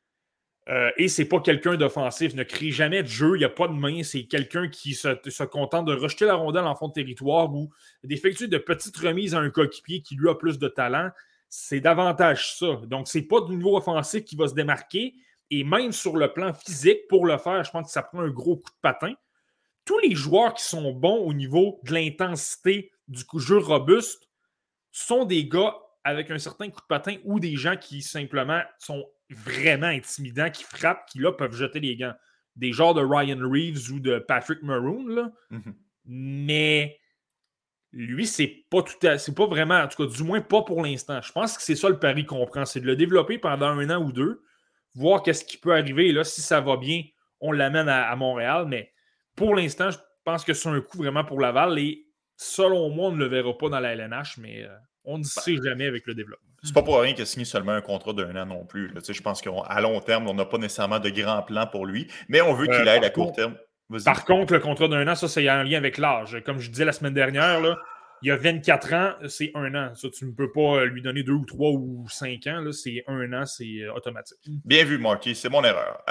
Et c'est pas quelqu'un d'offensif, ne crée jamais de jeu, il n'y a pas de main, c'est quelqu'un qui se contente de rejeter la rondelle en fond de territoire ou d'effectuer de petites remises à un coéquipier qui lui a plus de talent. C'est davantage ça. Donc, c'est pas du niveau offensif qui va se démarquer. Et même sur le plan physique, pour le faire, je pense que ça prend un gros coup de patin. Tous les joueurs qui sont bons au niveau de l'intensité du jeu robuste sont des gars avec un certain coup de patin ou des gens qui simplement sont vraiment intimidants, qui frappent, qui là peuvent jeter les gants. Des genres de Ryan Reeves ou de Patrick Maroon, là. Mm-hmm. Mais lui, c'est pas vraiment, en tout cas, du moins pas pour l'instant. Je pense que c'est ça le pari qu'on prend, c'est de le développer pendant 1 an ou 2, voir qu'est-ce qui peut arriver. Et là, si ça va bien, on l'amène à Montréal, mais pour l'instant, je pense que c'est un coup vraiment pour Laval et selon moi, on ne le verra pas dans la LNH, mais on ne sait jamais avec le développement. C'est pas pour rien qu'il a signé seulement un contrat d'1 an non plus. Là. Je pense qu'à long terme, on n'a pas nécessairement de grands plans pour lui, mais on veut qu'il aide à court terme. Vas-y. Par contre, le contrat d'1 an, ça, c'est en lien avec l'âge. Comme je disais la semaine dernière, là, il y a 24 ans, c'est 1 an. Ça, tu ne peux pas lui donner 2 ou 3 ou 5 ans. Là, c'est 1 an, c'est automatique. Bien vu, Marky. C'est mon erreur.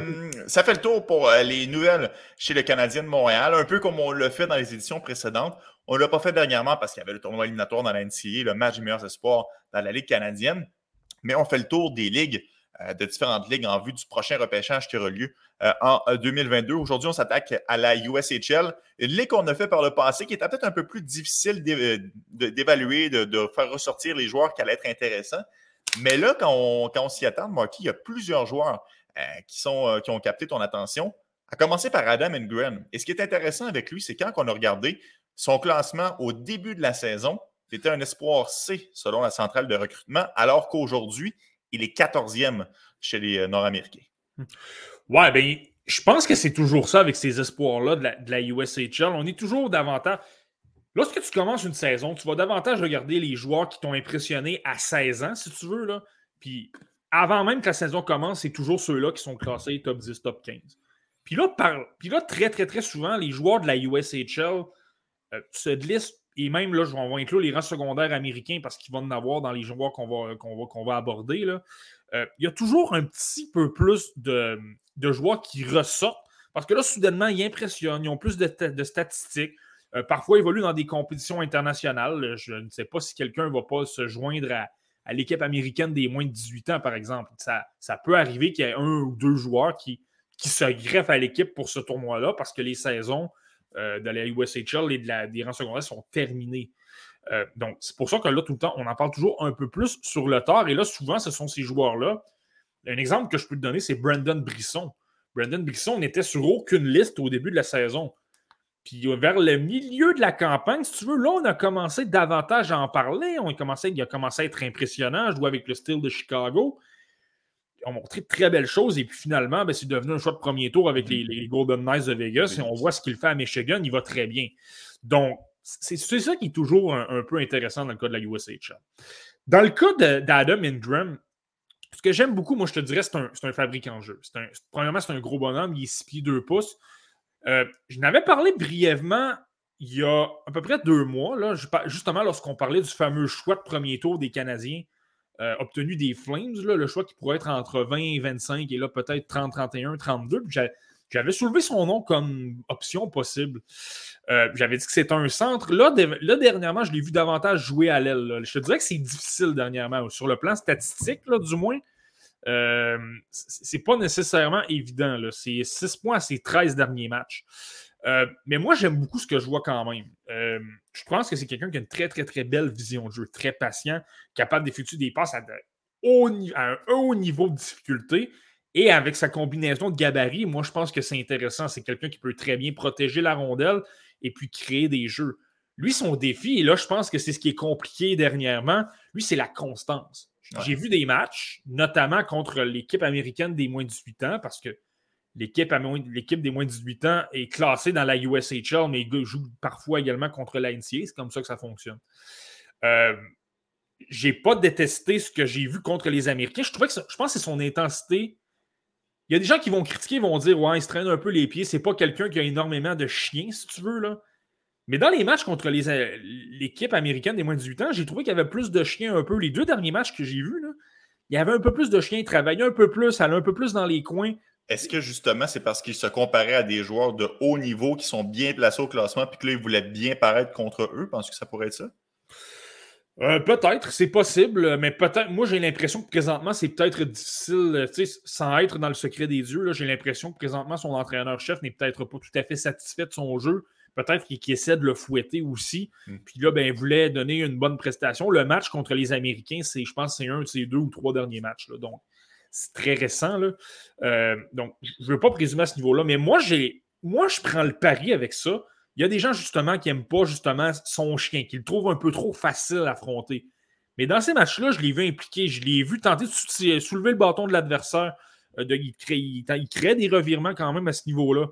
Ça fait le tour pour les nouvelles chez le Canadien de Montréal. Un peu comme on l'a fait dans les éditions précédentes. On ne l'a pas fait dernièrement parce qu'il y avait le tournoi éliminatoire dans la NCAA, le match des meilleurs espoirs dans la Ligue canadienne. Mais on fait le tour des ligues, de différentes ligues en vue du prochain repêchage qui aura lieu en 2022. Aujourd'hui, on s'attaque à la USHL, une ligue qu'on a fait par le passé qui était peut-être un peu plus difficile d'évaluer, de faire ressortir les joueurs qui allaient être intéressants. Mais là, quand on s'y attend, Marky, il y a plusieurs joueurs qui ont capté ton attention, à commencer par Adam Engren. Et ce qui est intéressant avec lui, c'est quand on a regardé son classement au début de la saison, c'était un espoir C selon la centrale de recrutement, alors qu'aujourd'hui, il est 14e chez les Nord-Américains. Ouais, bien, je pense que c'est toujours ça avec ces espoirs-là de la USHL. On est toujours davantage... Lorsque tu commences une saison, tu vas davantage regarder les joueurs qui t'ont impressionné à 16 ans, si tu veux, là. Puis avant même que la saison commence, c'est toujours ceux-là qui sont classés top 10, top 15. Puis là, très, très, très souvent, les joueurs de la USHL se glissent, et même là, on va inclure les rangs secondaires américains parce qu'ils vont en avoir dans les joueurs qu'on va aborder. Là. Il y a toujours un petit peu plus de joueurs qui ressortent parce que là, soudainement, ils impressionnent, ils ont plus de statistiques. Parfois, ils évoluent dans des compétitions internationales. Je ne sais pas si quelqu'un ne va pas se joindre à l'équipe américaine des moins de 18 ans, par exemple. Ça peut arriver qu'il y ait 1 ou 2 joueurs qui se greffent à l'équipe pour ce tournoi-là parce que les saisons de la USHL et des rangs secondaires sont terminés. Donc, c'est pour ça que là, tout le temps, on en parle toujours un peu plus sur le tard. Et là, souvent, ce sont ces joueurs-là. Un exemple que je peux te donner, c'est Brandon Brisson. Brandon Brisson n'était sur aucune liste au début de la saison. Puis vers le milieu de la campagne, si tu veux, là, on a commencé davantage à en parler. Il a commencé à être impressionnant, jouer avec le style de Chicago. Ils ont montré de très belles choses. Et puis finalement, c'est devenu un choix de premier tour avec les Golden Knights de Vegas. Et on voit ce qu'il fait à Michigan. Il va très bien. Donc, c'est ça qui est toujours un peu intéressant dans le cas de la USHL. Dans le cas d'Adam Ingram, ce que j'aime beaucoup, moi, je te dirais, c'est un fabricant de jeu. Premièrement, c'est un gros bonhomme. Il est 6 pieds 2 pouces. Je n'avais parlé brièvement il y a à peu près 2 mois, là, justement lorsqu'on parlait du fameux choix de premier tour des Canadiens obtenu des Flames, là, le choix qui pourrait être entre 20 et 25 et là peut-être 30, 31, 32. Puis j'avais soulevé son nom comme option possible. J'avais dit que c'était un centre. Là, dernièrement, je l'ai vu davantage jouer à l'aile. Là. Je te dirais que c'est difficile dernièrement. Sur le plan statistique, là, du moins, c'est pas nécessairement évident. Là. C'est 6 points à ses 13 derniers matchs. Mais moi, j'aime beaucoup ce que je vois quand même. Je pense que c'est quelqu'un qui a une très, très, très belle vision de jeu, très patient, capable d'effectuer des passes à un haut niveau de difficulté. Et avec sa combinaison de gabarits, moi, je pense que c'est intéressant. C'est quelqu'un qui peut très bien protéger la rondelle et puis créer des jeux. Lui, son défi, et là, je pense que c'est ce qui est compliqué dernièrement, lui, c'est la constance. Ouais. J'ai vu des matchs, notamment contre l'équipe américaine des moins de 18 ans, parce que l'équipe des moins de 18 ans est classée dans la USHL, mais joue parfois également contre la NCAA. C'est comme ça que ça fonctionne. J'ai pas détesté ce que j'ai vu contre les Américains. Je pense que c'est son intensité. Il y a des gens qui vont critiquer, vont dire « Ouais, il se traîne un peu les pieds. C'est pas quelqu'un qui a énormément de chiens, si tu veux. » là. Mais dans les matchs contre l'équipe américaine des moins de 18 ans, j'ai trouvé qu'il y avait plus de chiens un peu. Les 2 derniers matchs que j'ai vus, là, il y avait un peu plus de chiens. Il travaillait un peu plus, allait un peu plus dans les coins. Est-ce que justement, c'est parce qu'il se comparait à des joueurs de haut niveau qui sont bien placés au classement puis que là, il voulait bien paraître contre eux? Penses-tu que ça pourrait être ça? Peut-être, c'est possible, mais peut-être, moi j'ai l'impression que présentement c'est peut-être difficile, sans être dans le secret des dieux, là, j'ai l'impression que présentement son entraîneur-chef n'est peut-être pas tout à fait satisfait de son jeu, peut-être qu'il essaie de le fouetter aussi, puis là, il voulait donner une bonne prestation. Le match contre les Américains, je pense que c'est un de ses 2 ou 3 derniers matchs, là, donc c'est très récent, là. Donc je ne veux pas présumer à ce niveau-là, mais moi je prends le pari avec ça. Il y a des gens, justement, qui n'aiment pas, justement, son chien, qui le trouvent un peu trop facile à affronter. Mais dans ces matchs-là, je l'ai vu impliqué. Je l'ai vu tenter de soulever le bâton de l'adversaire. Il crée des revirements quand même à ce niveau-là.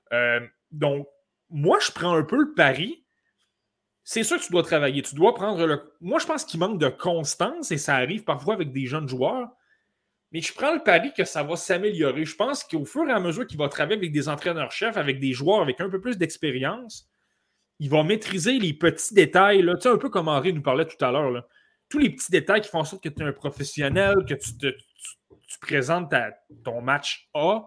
Donc, moi, je prends un peu le pari. C'est sûr que tu dois travailler. Tu dois prendre Moi, je pense qu'il manque de constance et ça arrive parfois avec des jeunes joueurs. Mais je prends le pari que ça va s'améliorer. Je pense qu'au fur et à mesure qu'il va travailler avec des entraîneurs-chefs, avec des joueurs avec un peu plus d'expérience, il va maîtriser les petits détails. Là. Tu sais, un peu comme Henri nous parlait tout à l'heure. Là. Tous les petits détails qui font en sorte que tu es un professionnel, que tu présentes ton match A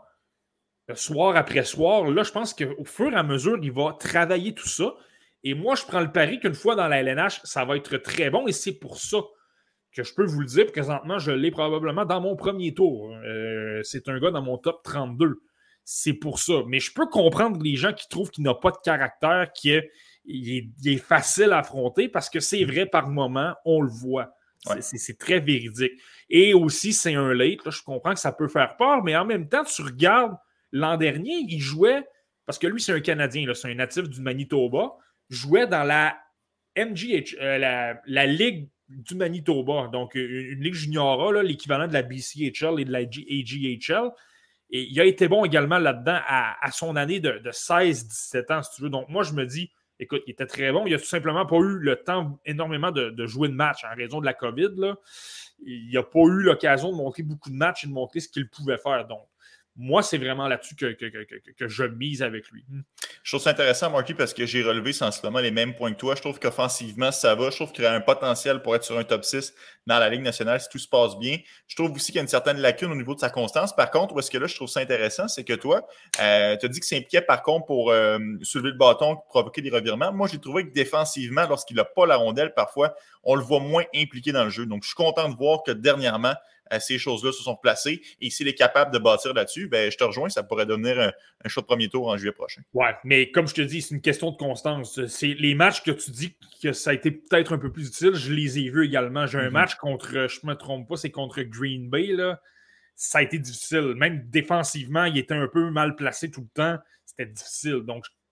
soir après soir. Là, je pense qu'au fur et à mesure, il va travailler tout ça. Et moi, je prends le pari qu'une fois dans la LNH, ça va être très bon. Et c'est pour ça que je peux vous le dire, présentement, je l'ai probablement dans mon premier tour. C'est un gars dans mon top 32. C'est pour ça. Mais je peux comprendre les gens qui trouvent qu'il n'a pas de caractère, qu'il est facile à affronter, parce que c'est vrai, par moment, on le voit. Ouais. C'est très véridique. Et aussi, c'est un late. Là, je comprends que ça peut faire peur, mais en même temps, tu regardes, l'an dernier, il jouait, parce que lui, c'est un Canadien, là, c'est un natif du Manitoba, jouait dans la MGH, la Ligue du Manitoba, donc une ligue juniora, là, l'équivalent de la BCHL et de la AGHL. Et il a été bon également là-dedans à son année de 16-17 ans, si tu veux. Donc moi, je me dis, écoute, il était très bon. Il n'a tout simplement pas eu le temps énormément de jouer de match en raison de la COVID. Là. Il n'a pas eu l'occasion de montrer beaucoup de matchs et de montrer ce qu'il pouvait faire. Donc, moi, c'est vraiment là-dessus que je mise avec lui. Je trouve ça intéressant, Marky, parce que j'ai relevé sensiblement les mêmes points que toi. Je trouve qu'offensivement, ça va. Je trouve qu'il y a un potentiel pour être sur un top 6 dans la Ligue nationale si tout se passe bien. Je trouve aussi qu'il y a une certaine lacune au niveau de sa constance. Par contre, où est-ce que là, je trouve ça intéressant, c'est que toi, tu as dit que c'est impliqué, par contre, pour soulever le bâton, provoquer des revirements. Moi, j'ai trouvé que défensivement, lorsqu'il n'a pas la rondelle, parfois, on le voit moins impliqué dans le jeu. Donc, je suis content de voir que dernièrement, ces choses-là se sont placées. Et s'il est capable de bâtir là-dessus, ben, je te rejoins, ça pourrait devenir un choix de premier tour en juillet prochain. Ouais, mais comme je te dis, c'est une question de constance. C'est les matchs que tu dis que ça a été peut-être un peu plus utile, je les ai vus également. J'ai un match contre, je ne me trompe pas, c'est contre Green Bay, là. Ça a été difficile. Même défensivement, il était un peu mal placé tout le temps. C'était difficile. Donc,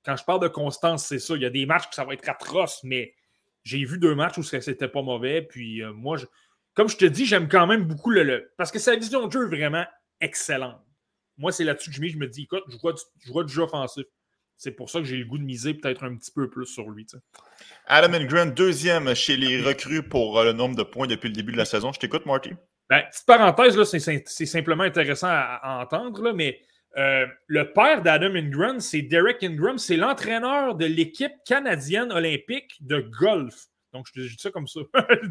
quand je parle de constance, c'est ça. Il y a des matchs où ça va être atroce, mais j'ai vu 2 matchs où c'était pas mauvais. Puis moi, comme je te dis, j'aime quand même beaucoup parce que sa vision de jeu est vraiment excellente. Moi, c'est là-dessus que je me dis, écoute, je vois du jeu offensif. C'est pour ça que j'ai le goût de miser peut-être un petit peu plus sur lui. T'sais. Adam Lindgren, 2e chez les recrues pour le nombre de points depuis le début de la saison. Je t'écoute, Marty. Petite parenthèse, là, c'est simplement intéressant à entendre, là, mais le père d'Adam Ingram, c'est Derek Ingram, c'est l'entraîneur de l'équipe canadienne olympique de golf. Donc, je dis ça comme ça.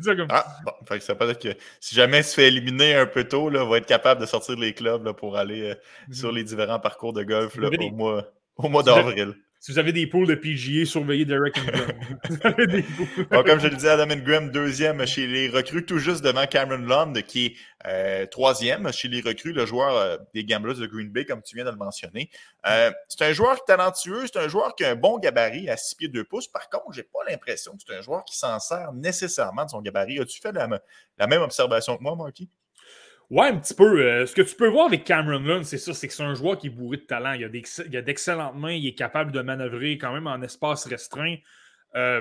Bon, ça peut être que si jamais il se fait éliminer un peu tôt, là, on va être capable de sortir les clubs là, pour aller sur les différents parcours de golf là, au mois d'avril. Si vous avez des poules de PGA, surveillez Derek Ingram. Comme je le disais, Adam Ingram, 2e chez les recrues, tout juste devant Cameron Lund, qui est 3e chez les recrues, le joueur des Gamblers de Green Bay, comme tu viens de le mentionner. C'est un joueur talentueux, c'est un joueur qui a un bon gabarit à 6 pieds 2 pouces. Par contre, j'ai pas l'impression que c'est un joueur qui s'en sert nécessairement de son gabarit. As-tu fait la même observation que moi, Marty? Ouais, un petit peu. Ce que tu peux voir avec Cameron Lund, c'est ça, c'est que c'est un joueur qui est bourré de talent. Il a d'excellentes mains, il est capable de manœuvrer quand même en espace restreint. Je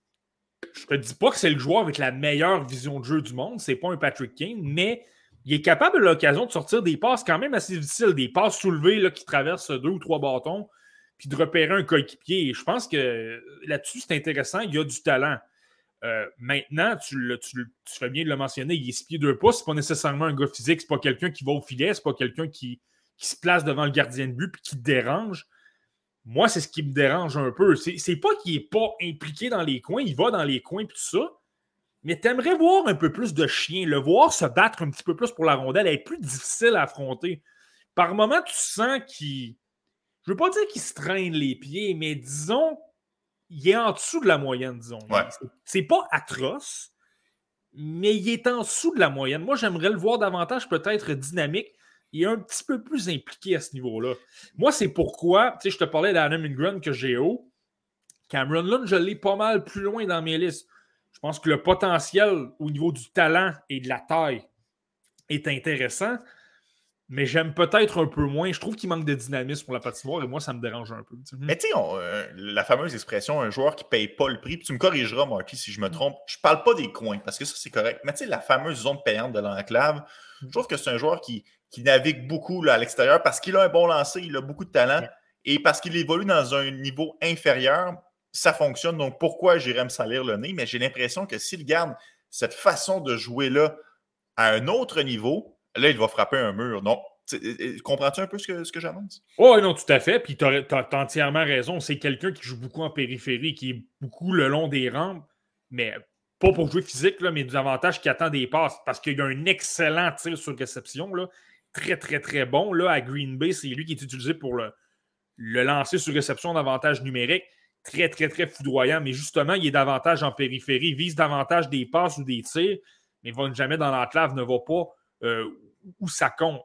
te dis pas que c'est le joueur avec la meilleure vision de jeu du monde, c'est pas un Patrick Kane, mais il est capable à l'occasion de sortir des passes quand même assez difficiles, des passes soulevées là, qui traversent 2 ou 3 bâtons, puis de repérer un coéquipier. Et je pense que là-dessus, c'est intéressant, il y a du talent. Maintenant, tu fais bien de le mentionner, il est 6 pieds 2 pouces, c'est pas nécessairement un gars physique, c'est pas quelqu'un qui va au filet, c'est pas quelqu'un qui se place devant le gardien de but puis qui te dérange. Moi, c'est ce qui me dérange un peu. C'est pas qu'il est pas impliqué dans les coins, il va dans les coins et tout ça, mais t'aimerais voir un peu plus de chien, le voir se battre un petit peu plus pour la rondelle, être plus difficile à affronter. Par moments, tu sens qu'il... Je veux pas dire qu'il se traîne les pieds, mais disons... Il est en dessous de la moyenne, disons. Ouais. C'est pas atroce, mais il est en dessous de la moyenne. Moi, j'aimerais le voir davantage peut-être dynamique et un petit peu plus impliqué à ce niveau-là. Moi, c'est pourquoi, tu sais, je te parlais d'Adam Ingram que j'ai haut. Cameron Lund, je l'ai pas mal plus loin dans mes listes. Je pense que le potentiel au niveau du talent et de la taille est intéressant. Mais j'aime peut-être un peu moins. Je trouve qu'il manque de dynamisme pour la patinoire et moi, ça me dérange un peu. Mais tu sais, la fameuse expression, un joueur qui ne paye pas le prix, puis tu me corrigeras, Marty, si je me trompe. Je ne parle pas des coins, parce que ça, c'est correct. Mais tu sais, la fameuse zone payante de l'enclave, je trouve que c'est un joueur qui navigue beaucoup là, à l'extérieur parce qu'il a un bon lancer, il a beaucoup de talent et parce qu'il évolue dans un niveau inférieur, ça fonctionne. Donc, pourquoi j'irais me salir le nez? Mais j'ai l'impression que s'il garde cette façon de jouer-là à un autre niveau, là, il va frapper un mur. Donc, comprends-tu un peu ce que j'annonce? Oh non, tout à fait. Puis tu as entièrement raison. C'est quelqu'un qui joue beaucoup en périphérie, qui est beaucoup le long des rampes, mais pas pour jouer physique, là, mais des avantages qui attend des passes parce qu'il y a un excellent tir sur réception. Là, très, très, très bon. Là, à Green Bay, c'est lui qui est utilisé pour le lancer sur réception d'avantage numérique. Très, très, très foudroyant. Mais justement, il est davantage en périphérie. Il vise davantage des passes ou des tirs, mais va jamais dans l'enclave, ne va pas où ça compte.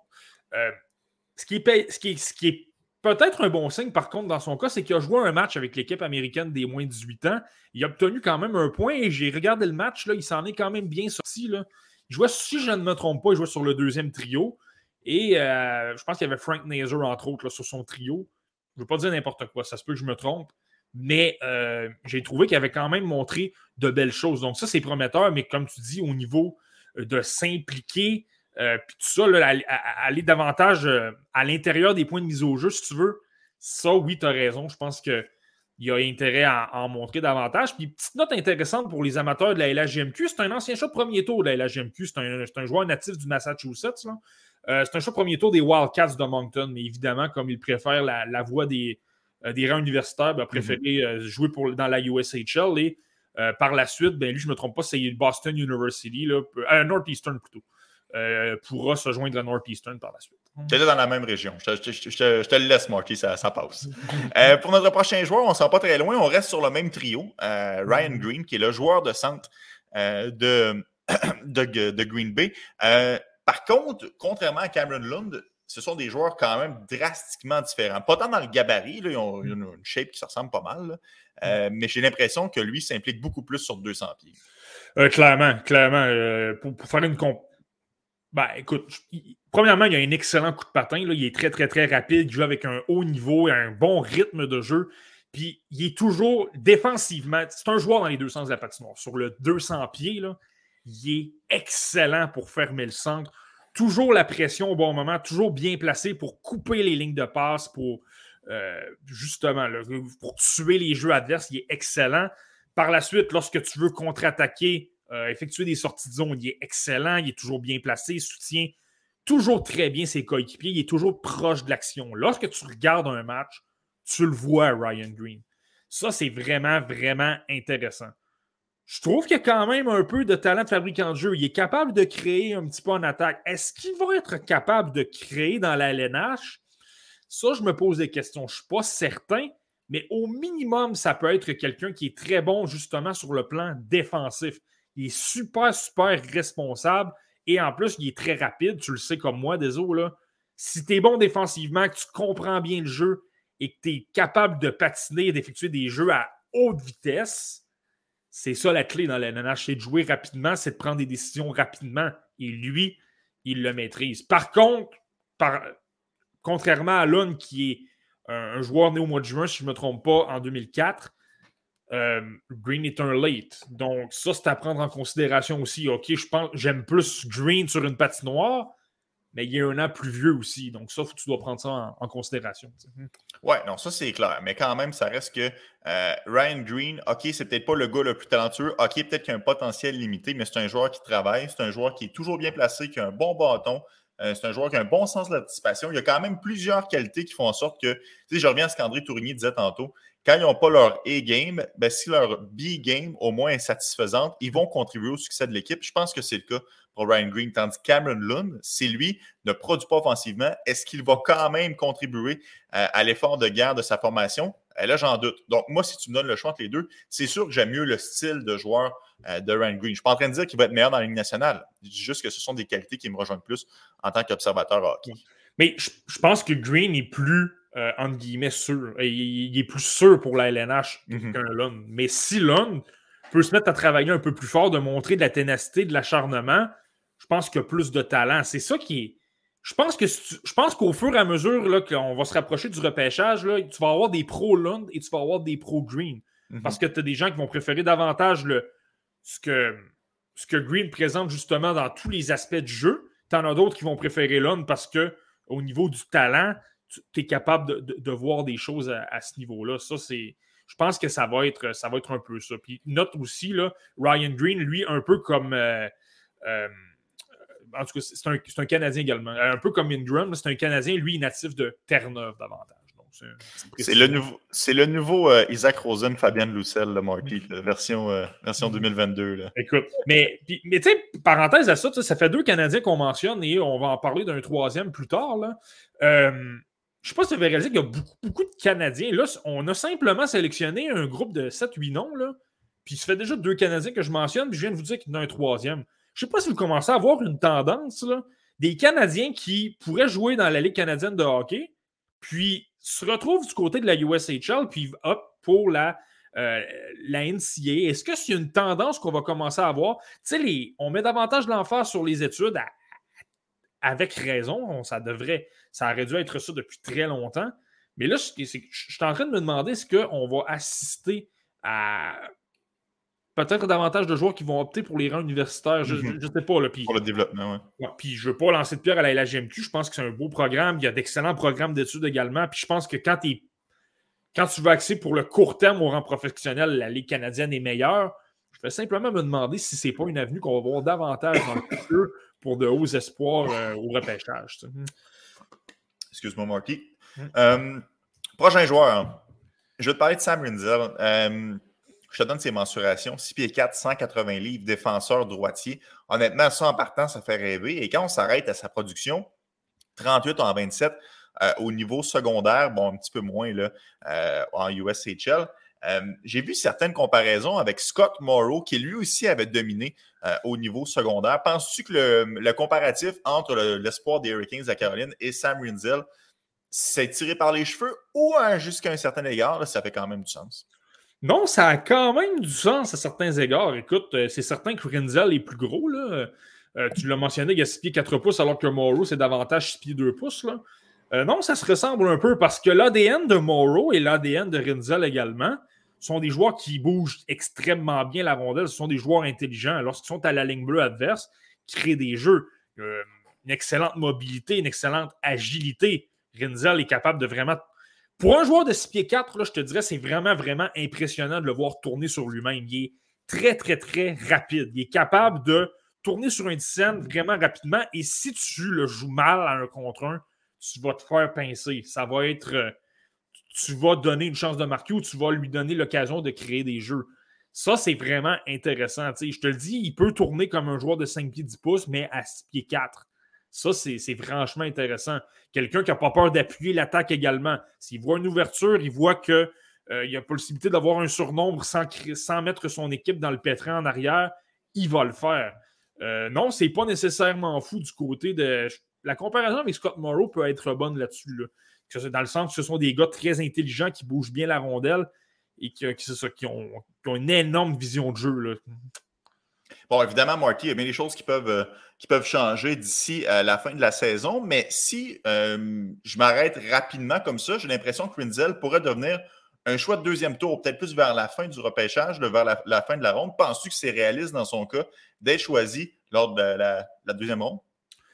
Ce qui est peut-être un bon signe, par contre, dans son cas, c'est qu'il a joué un match avec l'équipe américaine des moins de 18 ans. Il a obtenu quand même un point et j'ai regardé le match, là, il s'en est quand même bien sorti. Là. Il jouait, si je ne me trompe pas, il jouait sur le 2e trio. Et je pense qu'il y avait Frank Nazer, entre autres, là, sur son trio. Je ne veux pas dire n'importe quoi, ça se peut que je me trompe. Mais j'ai trouvé qu'il avait quand même montré de belles choses. Donc ça, c'est prometteur, mais comme tu dis, au niveau de s'impliquer, puis tout ça, là, aller davantage à l'intérieur des points de mise au jeu, si tu veux, ça, oui, tu as raison. Je pense qu'il y a intérêt à en montrer davantage. Puis, petite note intéressante pour les amateurs de la LHJMQ, c'est un ancien choix de premier tour de la LHJMQ. C'est un joueur natif du Massachusetts. Là. C'est un choix de premier tour des Wildcats de Moncton, mais évidemment, comme il préfère la voie des rangs universitaires, il a préféré jouer dans la USHL. Et par la suite, lui, je ne me trompe pas, c'est Boston University, Northeastern plutôt. Pourra se joindre à Northeastern par la suite. Tu es là dans la même région. Je te le laisse, Marty, ça passe. Pour notre prochain joueur, on ne sera pas très loin. On reste sur le même trio. Ryan Green, qui est le joueur de centre de Green Bay. Par contre, contrairement à Cameron Lund, ce sont des joueurs quand même drastiquement différents. Pas tant dans le gabarit, là, ils ont une shape qui se ressemble pas mal, mais j'ai l'impression que lui s'implique beaucoup plus sur 200 pieds. Clairement. Pour faire une écoute, premièrement, il a un excellent coup de patin. Là. Il est très, très, très rapide. Il joue avec un haut niveau et un bon rythme de jeu. Puis il est toujours défensivement, c'est un joueur dans les deux sens de la patinoire. Sur le 200 pieds, là, il est excellent pour fermer le centre. Toujours la pression au bon moment, toujours bien placé pour couper les lignes de passe, pour justement, là, pour tuer les jeux adverses. Il est excellent. Par la suite, lorsque tu veux contre-attaquer, effectuer des sorties de zone, il est excellent. Il est toujours bien placé, il soutient toujours très bien ses coéquipiers. Il est toujours proche de l'action. Lorsque tu regardes un match, tu le vois, Ryan Green. Ça, c'est vraiment, vraiment intéressant. Je trouve qu'il y a quand même un peu de talent de fabricant de jeu. Il est capable de créer un petit peu en attaque. Est-ce qu'il va être capable de créer dans la LNH? Ça, je me pose des questions. Je ne suis pas certain, mais au minimum, ça peut être quelqu'un qui est très bon justement sur le plan défensif. Il est super, super responsable et en plus, il est très rapide. Tu le sais comme moi, désolé. Si tu es bon défensivement, que tu comprends bien le jeu et que tu es capable de patiner et d'effectuer des jeux à haute vitesse, c'est ça la clé dans la LNH, c'est de jouer rapidement, c'est de prendre des décisions rapidement. Et lui, il le maîtrise. Par contre, contrairement à Lund, qui est un joueur né au mois de juin, si je ne me trompe pas, en 2004, Green est un late. Donc ça, c'est à prendre en considération aussi. OK, je pense j'aime plus Green sur une patinoire, mais il est un an plus vieux aussi. Donc ça, tu dois prendre ça en considération. Oui, non, ça c'est clair. Mais quand même, ça reste que Ryan Green, OK, c'est peut-être pas le gars le plus talentueux. OK, peut-être qu'il a un potentiel limité, mais c'est un joueur qui travaille. C'est un joueur qui est toujours bien placé, qui a un bon bâton. C'est un joueur qui a un bon sens de l'anticipation. Il y a quand même plusieurs qualités qui font en sorte que, tu sais, je reviens à ce qu'André Tourigny disait tantôt, quand ils n'ont pas leur A-game, ben, si leur B-game au moins est satisfaisante, ils vont contribuer au succès de l'équipe. Je pense que c'est le cas pour Ryan Green. Tandis que Cameron Lund, si lui ne produit pas offensivement, est-ce qu'il va quand même contribuer à l'effort de guerre de sa formation? Là, j'en doute. Donc, moi, si tu me donnes le choix entre les deux, c'est sûr que j'aime mieux le style de joueur de Ryan Green. Je ne suis pas en train de dire qu'il va être meilleur dans la Ligue nationale. Je dis juste que ce sont des qualités qui me rejoignent plus en tant qu'observateur hockey. Mais je pense que Green est plus, entre guillemets, sûr. Il est plus sûr pour la LNH qu'un Lund. Mais si Lund peut se mettre à travailler un peu plus fort, de montrer de la ténacité, de l'acharnement, je pense qu'il y a plus de talent. C'est ça qui est... Je pense qu'au fur et à mesure là, qu'on va se rapprocher du repêchage, là, tu vas avoir des pros Lund et tu vas avoir des pros Green. Parce que tu as des gens qui vont préférer davantage ce que Green présente justement dans tous les aspects du jeu. Tu en as d'autres qui vont préférer Lund parce qu'au niveau du talent, tu es capable de voir des choses à ce niveau-là. Ça, c'est... Je pense que ça va être un peu ça. Puis note aussi, là, Ryan Green, lui, un peu comme... en tout cas, c'est un Canadien également. Un peu comme Ingram, c'est un Canadien, lui, natif de Terre-Neuve davantage. Donc, c'est le nouveau Isaac Rosen, Fabien Loussel, le Marky, version 2022. Là. Écoute, mais tu sais, parenthèse à ça, ça fait 2 Canadiens qu'on mentionne et on va en parler d'un 3e plus tard. Là. Je ne sais pas si tu avais réalisé qu'il y a beaucoup de Canadiens. Là, on a simplement sélectionné un groupe de 7-8 noms, là, puis ça fait déjà 2 Canadiens que je mentionne, puis je viens de vous dire qu'il y en a un 3e. Je ne sais pas si vous commencez à avoir une tendance, là, des Canadiens qui pourraient jouer dans la Ligue canadienne de hockey, puis se retrouvent du côté de la USHL, puis hop, pour la NCAA. Est-ce que c'est une tendance qu'on va commencer à avoir? Tu sais, on met davantage de l'emphase sur les études, avec raison, ça aurait dû être ça depuis très longtemps. Mais là, je suis en train de me demander est-ce qu'on va assister à peut-être davantage de joueurs qui vont opter pour les rangs universitaires. Je ne sais pas. Là, pour le développement, oui. Ouais, puis je ne veux pas lancer de pierre à la LHJMQ. Je pense que c'est un beau programme. Il y a d'excellents programmes d'études également. Puis je pense que quand tu veux accéder pour le court terme au rang professionnel, la Ligue canadienne est meilleure. Je vais simplement me demander si ce n'est pas une avenue qu'on va voir davantage dans le futur pour de hauts espoirs au repêchage. Excuse-moi, Marky. Prochain joueur. Je vais te parler de Sam Rinzel. Je te donne ses mensurations. 6 pieds 4, 180 livres, défenseur droitier. Honnêtement, ça en partant, ça fait rêver. Et quand on s'arrête à sa production, 38 en 27 au niveau secondaire, bon, un petit peu moins là, en USHL. J'ai vu certaines comparaisons avec Scott Morrow, qui lui aussi avait dominé au niveau secondaire. Penses-tu que le comparatif entre l'espoir des Hurricanes à Caroline et Sam Rinzel, c'est tiré par les cheveux ou jusqu'à un certain égard, là, ça fait quand même du sens? Non, ça a quand même du sens à certains égards. Écoute, c'est certain que Rinzel est plus gros. Là. Tu l'as mentionné, il a 6 pieds 4 pouces, alors que Morrow, c'est davantage 6 pieds 2 pouces. Là. Non, ça se ressemble un peu parce que l'ADN de Morrow et l'ADN de Rinzel également sont des joueurs qui bougent extrêmement bien la rondelle. Ce sont des joueurs intelligents. Lorsqu'ils sont à la ligne bleue adverse, ils créent des jeux. Une excellente mobilité, une excellente agilité. Rinzel est capable de vraiment... Pour un joueur de 6 pieds 4, là, je te dirais, c'est vraiment, vraiment impressionnant de le voir tourner sur lui-même. Il est très, très, très rapide. Il est capable de tourner sur une scène vraiment rapidement. Et si tu le joues mal à un contre un, tu vas te faire pincer. Ça va être... tu vas donner une chance de marquer ou tu vas lui donner l'occasion de créer des jeux. Ça, c'est vraiment intéressant. T'sais, je te le dis, il peut tourner comme un joueur de 5 pieds 10 pouces, mais à 6 pieds 4. Ça, c'est franchement intéressant. Quelqu'un qui n'a pas peur d'appuyer l'attaque également. S'il voit une ouverture, il voit qu'il y a possibilité d'avoir un surnombre sans mettre son équipe dans le pétrin en arrière, il va le faire. Non, c'est pas nécessairement fou du côté de... La comparaison avec Scott Morrow peut être bonne là-dessus. Là. Dans le sens que ce sont des gars très intelligents qui bougent bien la rondelle et qui ont une énorme vision de jeu. Là. Bon, évidemment, Marty, il y a bien des choses qui peuvent changer d'ici la fin de la saison, mais si je m'arrête rapidement comme ça, j'ai l'impression que Rinzel pourrait devenir un choix de deuxième tour, peut-être plus vers la fin du repêchage, vers la fin de la ronde. Penses-tu que c'est réaliste dans son cas d'être choisi lors de la deuxième ronde?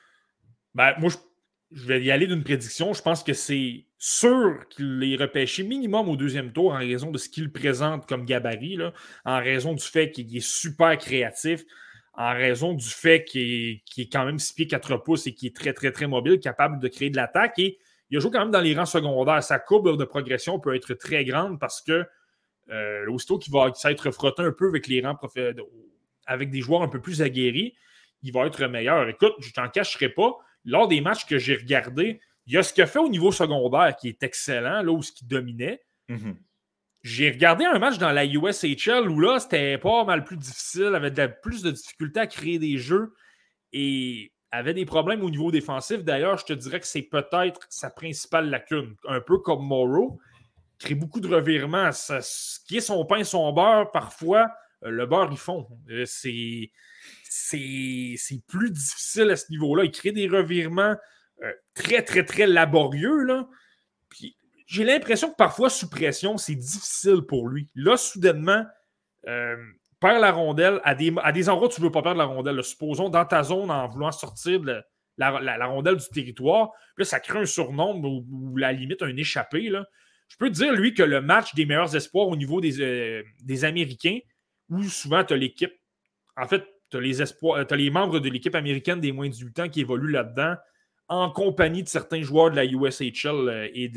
Ben, moi, je vais y aller d'une prédiction. Je pense que c'est sûr qu'il est repêché minimum au deuxième tour en raison de ce qu'il présente comme gabarit, là, en raison du fait qu'il est super créatif, en raison du fait qu'il est quand même 6 pieds 4 pouces et qu'il est très, très, très mobile, capable de créer de l'attaque. Et il a joué quand même dans les rangs secondaires. Sa courbe de progression peut être très grande parce que aussitôt qu'il va s'être frotté un peu avec les rangs avec des joueurs un peu plus aguerris, il va être meilleur. Écoute, je t'en cacherai pas. Lors des matchs que j'ai regardés, il y a ce qu'il a fait au niveau secondaire qui est excellent, là où ce qui dominait. Mm-hmm. J'ai regardé un match dans la USHL où là, c'était pas mal plus difficile, avait plus de difficultés à créer des jeux et avait des problèmes au niveau défensif. D'ailleurs, je te dirais que c'est peut-être sa principale lacune. Un peu comme Morrow, crée beaucoup de revirements. Ce qui est son pain, son beurre, parfois, le beurre, ils font. C'est plus difficile à ce niveau-là. Il crée des revirements très, très, très laborieux. Là. Puis, j'ai l'impression que parfois, sous pression, c'est difficile pour lui. Là, soudainement, perd la rondelle à des endroits où tu ne veux pas perdre la rondelle. Là. Supposons dans ta zone, en voulant sortir de la rondelle du territoire, puis là, ça crée un surnombre ou à la limite un échappé. Là. Je peux te dire, lui, que le match des meilleurs espoirs au niveau des Américains, où souvent tu as l'équipe, en fait, tu as les membres de l'équipe américaine des moins de 18 ans qui évoluent là-dedans en compagnie de certains joueurs de la USHL et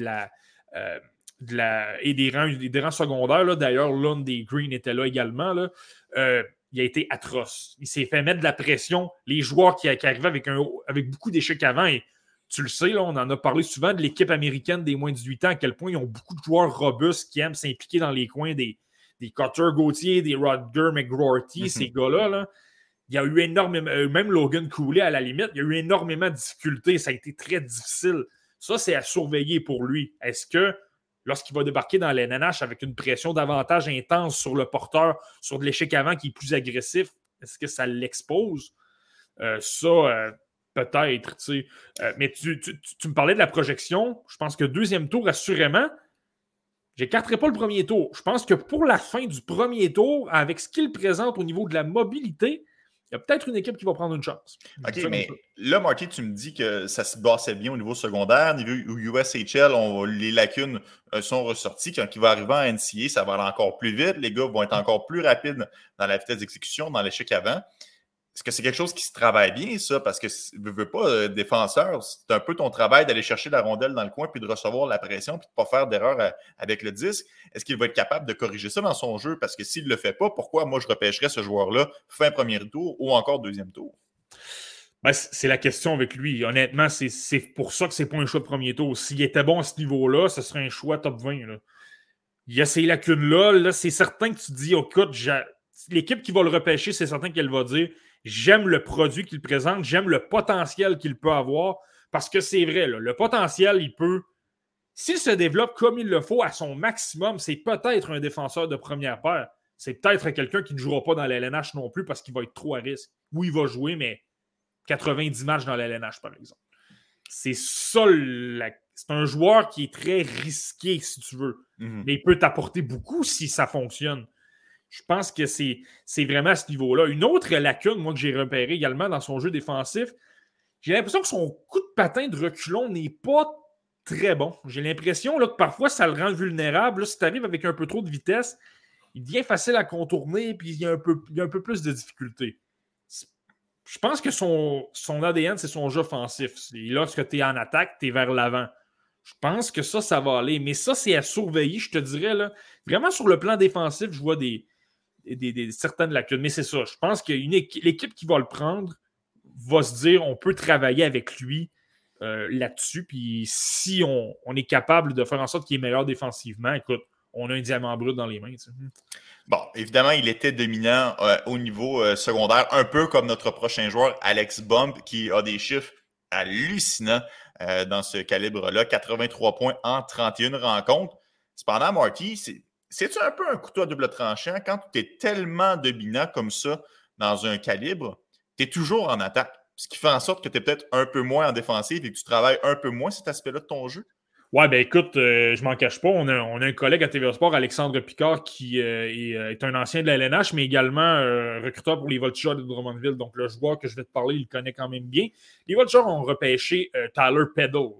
et des rangs secondaires. Là. D'ailleurs, Lundy Green était là également. Là. Il a été atroce. Il s'est fait mettre de la pression. Les joueurs qui arrivaient avec beaucoup d'échecs avant, et tu le sais, là, on en a parlé souvent de l'équipe américaine des moins de 18 ans, à quel point ils ont beaucoup de joueurs robustes qui aiment s'impliquer dans les coins des Cutter Gauthier, des Rodger McGroarty, ces gars-là. Là. Il y a eu énormément, même Logan Cooley à la limite, il y a eu énormément de difficultés. Ça a été très difficile. Ça, c'est à surveiller pour lui. Est-ce que lorsqu'il va débarquer dans l'NNH avec une pression davantage intense sur le porteur, sur de l'échec avant qui est plus agressif, est-ce que ça l'expose? Peut-être. Mais tu me parlais de la projection. Je pense que deuxième tour, assurément, j'écarterai pas le premier tour. Je pense que pour la fin du premier tour, avec ce qu'il présente au niveau de la mobilité, il y a peut-être une équipe qui va prendre une chance. OK, mais là, Marty, tu me dis que ça se bassait bien au niveau secondaire. Au niveau USHL, les lacunes sont ressorties. Quand il va arriver en NCAA, ça va aller encore plus vite. Les gars vont être encore plus rapides dans la vitesse d'exécution, dans l'échec avant. Est-ce que c'est quelque chose qui se travaille bien, ça? Parce que, ne veux pas, défenseur, c'est un peu ton travail d'aller chercher la rondelle dans le coin puis de recevoir la pression puis de ne pas faire d'erreur avec le disque. Est-ce qu'il va être capable de corriger ça dans son jeu? Parce que s'il ne le fait pas, pourquoi moi je repêcherais ce joueur-là fin premier tour ou encore deuxième tour? Ben, c'est la question avec lui. Honnêtement, c'est pour ça que c'est pas un choix de premier tour. S'il était bon à ce niveau-là, ce serait un choix top 20. Là. Il y a ces lacunes-là. Là, c'est certain que tu dis, écoute, l'équipe qui va le repêcher, c'est certain qu'elle va dire j'aime le produit qu'il présente, j'aime le potentiel qu'il peut avoir, parce que c'est vrai, là, le potentiel, il peut, s'il se développe comme il le faut à son maximum, c'est peut-être un défenseur de première paire. C'est peut-être quelqu'un qui ne jouera pas dans la LNH non plus parce qu'il va être trop à risque. Oui, il va jouer, mais 90 matchs dans la LNH, par exemple. C'est ça c'est un joueur qui est très risqué, si tu veux. Mais il peut t'apporter beaucoup si ça fonctionne. Je pense que c'est vraiment à ce niveau-là. Une autre lacune, moi, que j'ai repérée également dans son jeu défensif, j'ai l'impression que son coup de patin de reculon n'est pas très bon. J'ai l'impression là, que parfois, ça le rend vulnérable. Là, si tu arrives avec un peu trop de vitesse, il devient facile à contourner puis il y a un peu plus de difficultés. Je pense que son ADN, c'est son jeu offensif. Lorsque tu es en attaque, tu es vers l'avant. Je pense que ça va aller. Mais ça, c'est à surveiller, je te dirais. Là. Vraiment, sur le plan défensif, je vois certaines lacunes. Mais c'est ça. Je pense que l'équipe qui va le prendre va se dire on peut travailler avec lui là-dessus. Puis si on est capable de faire en sorte qu'il est meilleur défensivement, écoute, on a un diamant brut dans les mains. Tu sais. Bon, évidemment, il était dominant au niveau secondaire, un peu comme notre prochain joueur, Alex Bump, qui a des chiffres hallucinants dans ce calibre-là. 83 points en 31 rencontres. Cependant, Marty, c'est-tu un peu un couteau à double tranchant? Quand tu es tellement dominant comme ça dans un calibre, tu es toujours en attaque. Ce qui fait en sorte que tu es peut-être un peu moins en défensive et que tu travailles un peu moins cet aspect-là de ton jeu. Ouais, ben écoute, je m'en cache pas. On a un collègue à TVA Sport, Alexandre Picard, qui est un ancien de la LNH, mais également recruteur pour les Voltigeurs de Drummondville. Donc le joueur que je vais te parler, il le connaît quand même bien. Les Voltigeurs ont repêché Tyler Peddle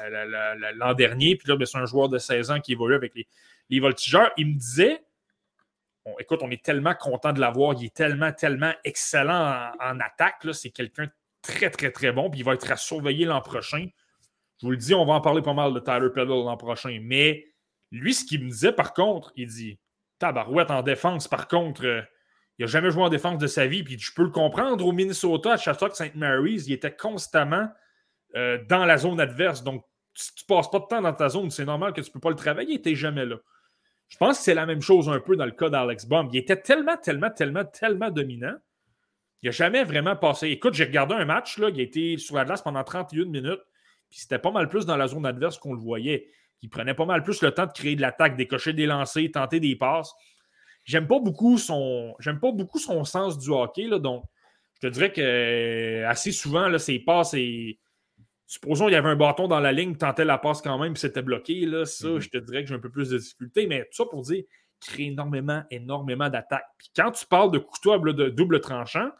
l'an dernier. Puis là, ben, c'est un joueur de 16 ans qui évolue avec les Voltigeurs. Il me disait, écoute, on est tellement content de l'avoir. Il est tellement, tellement excellent en attaque. Là. C'est quelqu'un de très, très, très bon. Puis il va être à surveiller l'an prochain. Je vous le dis, on va en parler pas mal de Tyler Peddle l'an prochain. Mais lui, ce qu'il me disait, par contre, il dit tabarouette en défense, par contre, il n'a jamais joué en défense de sa vie. Puis je peux le comprendre, au Minnesota, à Shattuck St. Mary's, il était constamment dans la zone adverse. Donc, si tu ne passes pas de temps dans ta zone, c'est normal que tu ne peux pas le travailler. Tu n'es jamais là. Je pense que c'est la même chose un peu dans le cas d'Alex Bump. Il était tellement dominant. Il n'a jamais vraiment passé. Écoute, j'ai regardé un match, là, il a été sur la glace pendant 31 minutes. Puis c'était pas mal plus dans la zone adverse qu'on le voyait. Il prenait pas mal plus le temps de créer de l'attaque, décocher des lancers, tenter des passes. J'aime pas beaucoup son sens du hockey. Là, donc, je te dirais que assez souvent, là, ses passes, supposons qu'il y avait un bâton dans la ligne, tentait la passe quand même, puis c'était bloqué. Là, ça, je te dirais que j'ai un peu plus de difficultés. Mais tout ça pour dire, créer énormément d'attaques. Puis quand tu parles de couteau de double tranchant,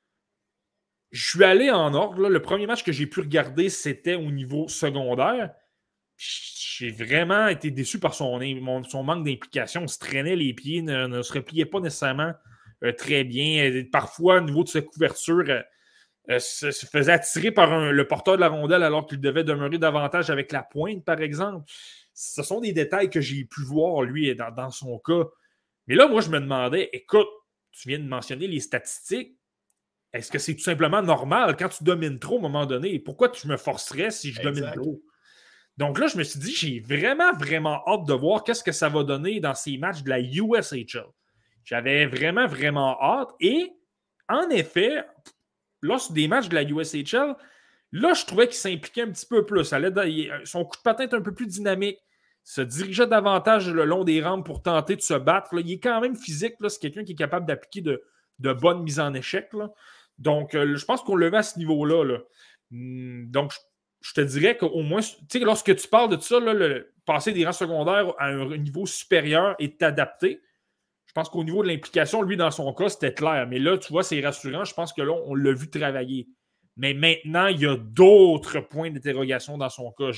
je suis allé en ordre. Là. Le premier match que j'ai pu regarder, c'était au niveau secondaire. J'ai vraiment été déçu par son manque d'implication. On se traînait les pieds, ne se repliait pas nécessairement très bien. Parfois, au niveau de sa couverture, se faisait attirer par le porteur de la rondelle alors qu'il devait demeurer davantage avec la pointe, par exemple. Ce sont des détails que j'ai pu voir, lui, dans son cas. Mais là, moi, je me demandais, écoute, tu viens de mentionner les statistiques. Est-ce que c'est tout simplement normal quand tu domines trop à un moment donné? Pourquoi tu me forcerais si je domine trop? Donc là, je me suis dit, j'ai vraiment hâte de voir qu'est-ce que ça va donner dans ces matchs de la USHL. J'avais vraiment hâte. Et en effet, lors des matchs de la USHL, là, je trouvais qu'il s'impliquait un petit peu plus. Son coup de patin est un peu plus dynamique. Se dirigeait davantage le long des rampes pour tenter de se battre. Là, il est quand même physique. Là, c'est quelqu'un qui est capable d'appliquer de bonnes mises en échec. Là. Donc, je pense qu'on le met à ce niveau-là. Là. Donc, je te dirais qu'au moins, tu sais, lorsque tu parles de ça, là, passer des rangs secondaires à un niveau supérieur et t'adapter, je pense qu'au niveau de l'implication, lui, dans son cas, c'était clair. Mais là, tu vois, c'est rassurant. Je pense que là, on l'a vu travailler. Mais maintenant, il y a d'autres points d'interrogation dans son cas.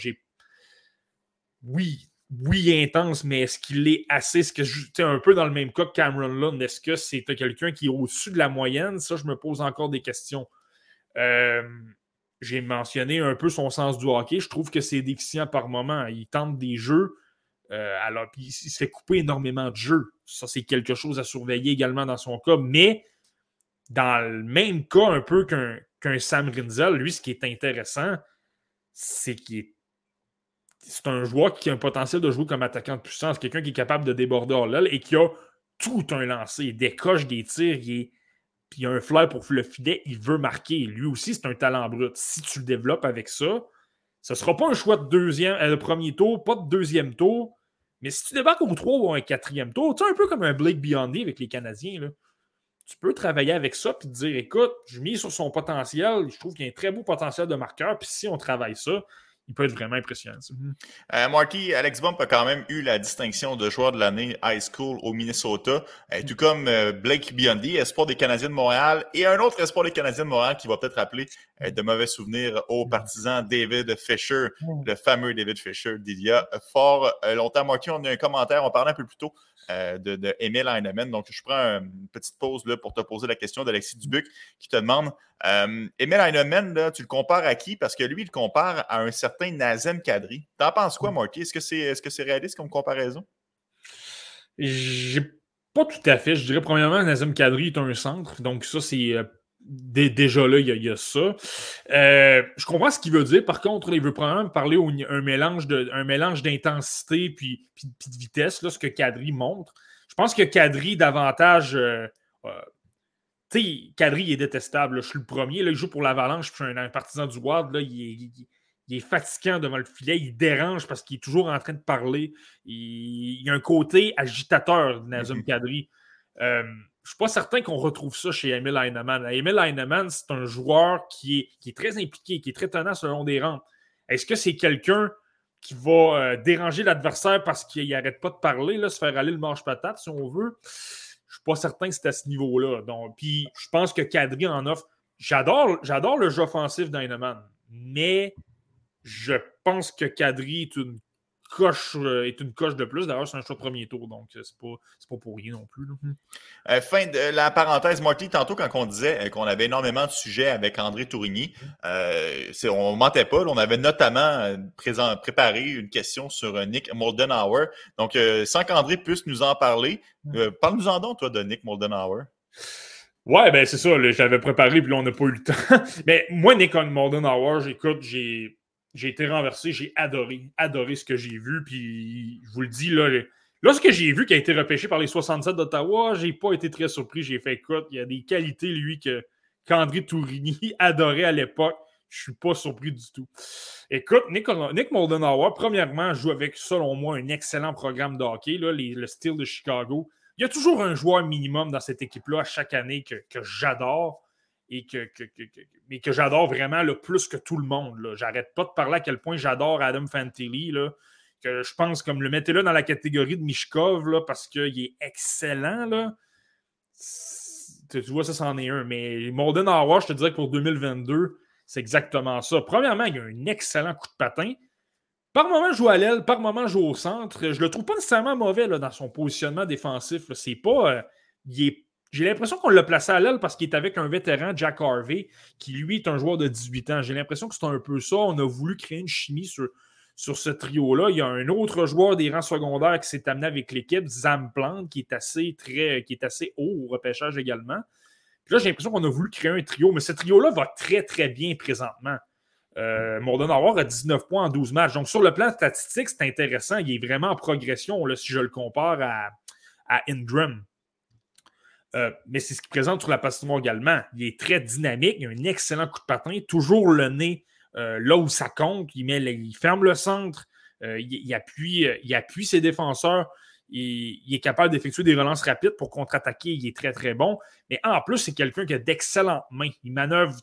Oui, intense, mais est-ce qu'il est assez? Est-ce que tu un peu dans le même cas que Cameron Lund? Est-ce que c'est quelqu'un qui est au-dessus de la moyenne? Ça, je me pose encore des questions. J'ai mentionné un peu son sens du hockey. Je trouve que c'est déficient par moment. Il tente des jeux, alors puis il se fait couper énormément de jeux. Ça, c'est quelque chose à surveiller également dans son cas. Mais dans le même cas, un peu qu'un Sam Rinzel, lui, ce qui est intéressant, c'est c'est un joueur qui a un potentiel de jouer comme attaquant de puissance, quelqu'un qui est capable de déborder hors l'aile et qui a tout un lancer. Il décoche des tirs, puis il a un flair pour le filet, il veut marquer. Lui aussi, c'est un talent brut. Si tu le développes avec ça, ce ne sera pas un choix de premier tour, pas de deuxième tour, mais si tu débarques au 3 ou un 4e tour, tu sais, un peu comme un Blake Biondy avec les Canadiens, là, tu peux travailler avec ça et te dire, écoute, je mise sur son potentiel, je trouve qu'il y a un très beau potentiel de marqueur, puis si on travaille ça, il peut être vraiment impressionnant. Marty, Alex Bump a quand même eu la distinction de joueur de l'année high school au Minnesota, tout comme Blake Biondi, espoir des Canadiens de Montréal, et un autre espoir des Canadiens de Montréal qui va peut-être rappeler de mauvais souvenirs aux partisans David Fisher, le fameux David Fisher d'il y a fort longtemps. Marty, on a un commentaire, on parlait un peu plus tôt de Emil Heinemann, donc je prends une petite pause là, pour te poser la question d'Alexis Dubuc qui te demande Emil Heinemann, là, tu le compares à qui? Parce que lui, il le compare à un certain Nazem Kadri. T'en penses quoi, Marty? Est-ce que c'est réaliste comme comparaison? Pas tout à fait. Je dirais, premièrement, Nazem Kadri est un centre. Donc, ça, c'est déjà là, il y a ça. Je comprends ce qu'il veut dire. Par contre, il veut probablement parler un mélange d'intensité puis de vitesse, là, ce que Kadri montre. Je pense que Kadri, davantage... tu sais, Kadri, il est détestable. Là. Je suis le premier. Là, il joue pour l'Avalanche. Puis je suis un partisan du Wild. Là, il est fatigant devant le filet. Il dérange parce qu'il est toujours en train de parler. Il y a un côté agitateur de Nazem Kadri. Je ne suis pas certain qu'on retrouve ça chez Emil Heinemann. Emil Heinemann, c'est un joueur qui est très impliqué, qui est très tenant selon des rangs. Est-ce que c'est quelqu'un qui va déranger l'adversaire parce qu'il n'arrête pas de parler, là, se faire aller le manche-patate, si on veut? Je ne suis pas certain que c'est à ce niveau-là. Donc, puis je pense que Kadri en offre. J'adore le jeu offensif d'Heinemann, mais je pense que Kadri est une coche de plus. D'ailleurs, c'est un choix de premier tour, donc c'est pas pour rien non plus. Fin de la parenthèse, Marty, tantôt quand on disait qu'on avait énormément de sujets avec André Tourigny, on ne mentait pas. Là, on avait notamment préparé une question sur Nick Moldenhauer. Donc, sans qu'André puisse nous en parler, parle-nous-en donc, toi, de Nick Moldenhauer. Ouais, ben c'est ça. Là, j'avais préparé, puis là, on n'a pas eu le temps. Mais moi, Nick Moldenhauer, j'écoute, j'ai été renversé, j'ai adoré ce que j'ai vu, puis je vous le dis, là, lorsque j'ai vu qu'il a été repêché par les 67 d'Ottawa, j'ai pas été très surpris, j'ai fait écoute, il y a des qualités, lui, qu'André Tourigny adorait à l'époque, je suis pas surpris du tout. Écoute, Nick Moldenhauer, premièrement, joue avec, selon moi, un excellent programme de hockey, là, le Steel de Chicago. Il y a toujours un joueur minimum dans cette équipe-là à chaque année que j'adore, et que j'adore vraiment là, plus que tout le monde. Là. J'arrête pas de parler à quel point j'adore Adam Fantilli, là, que je pense comme le mettez-le dans la catégorie de Mishkov là, parce qu'il est excellent. Là. Tu vois, ça, c'en est un. Mais Moldenhauer, je te dirais que pour 2022, c'est exactement ça. Premièrement, il a un excellent coup de patin. Par moment, il joue à l'aile, par moment, il joue au centre. Je le trouve pas nécessairement mauvais là, dans son positionnement défensif. Là. C'est pas... J'ai l'impression qu'on l'a placé à l'aile parce qu'il est avec un vétéran, Jack Harvey, qui, lui, est un joueur de 18 ans. J'ai l'impression que c'est un peu ça. On a voulu créer une chimie sur ce trio-là. Il y a un autre joueur des rangs secondaires qui s'est amené avec l'équipe, Zam Plante, qui est assez haut au repêchage également. Puis là, j'ai l'impression qu'on a voulu créer un trio, mais ce trio-là va très, très bien présentement. Moldenhauer a 19 points en 12 matchs. Donc, sur le plan statistique, c'est intéressant. Il est vraiment en progression là, si je le compare à Ingram. Mais c'est ce qu'il présente sur la patinoire également. Il est très dynamique, il a un excellent coup de patin, toujours le nez là où ça compte. Il ferme le centre, il appuie ses défenseurs, il est capable d'effectuer des relances rapides pour contre-attaquer. Il est très, très bon. Mais en plus, c'est quelqu'un qui a d'excellentes mains. Il manœuvre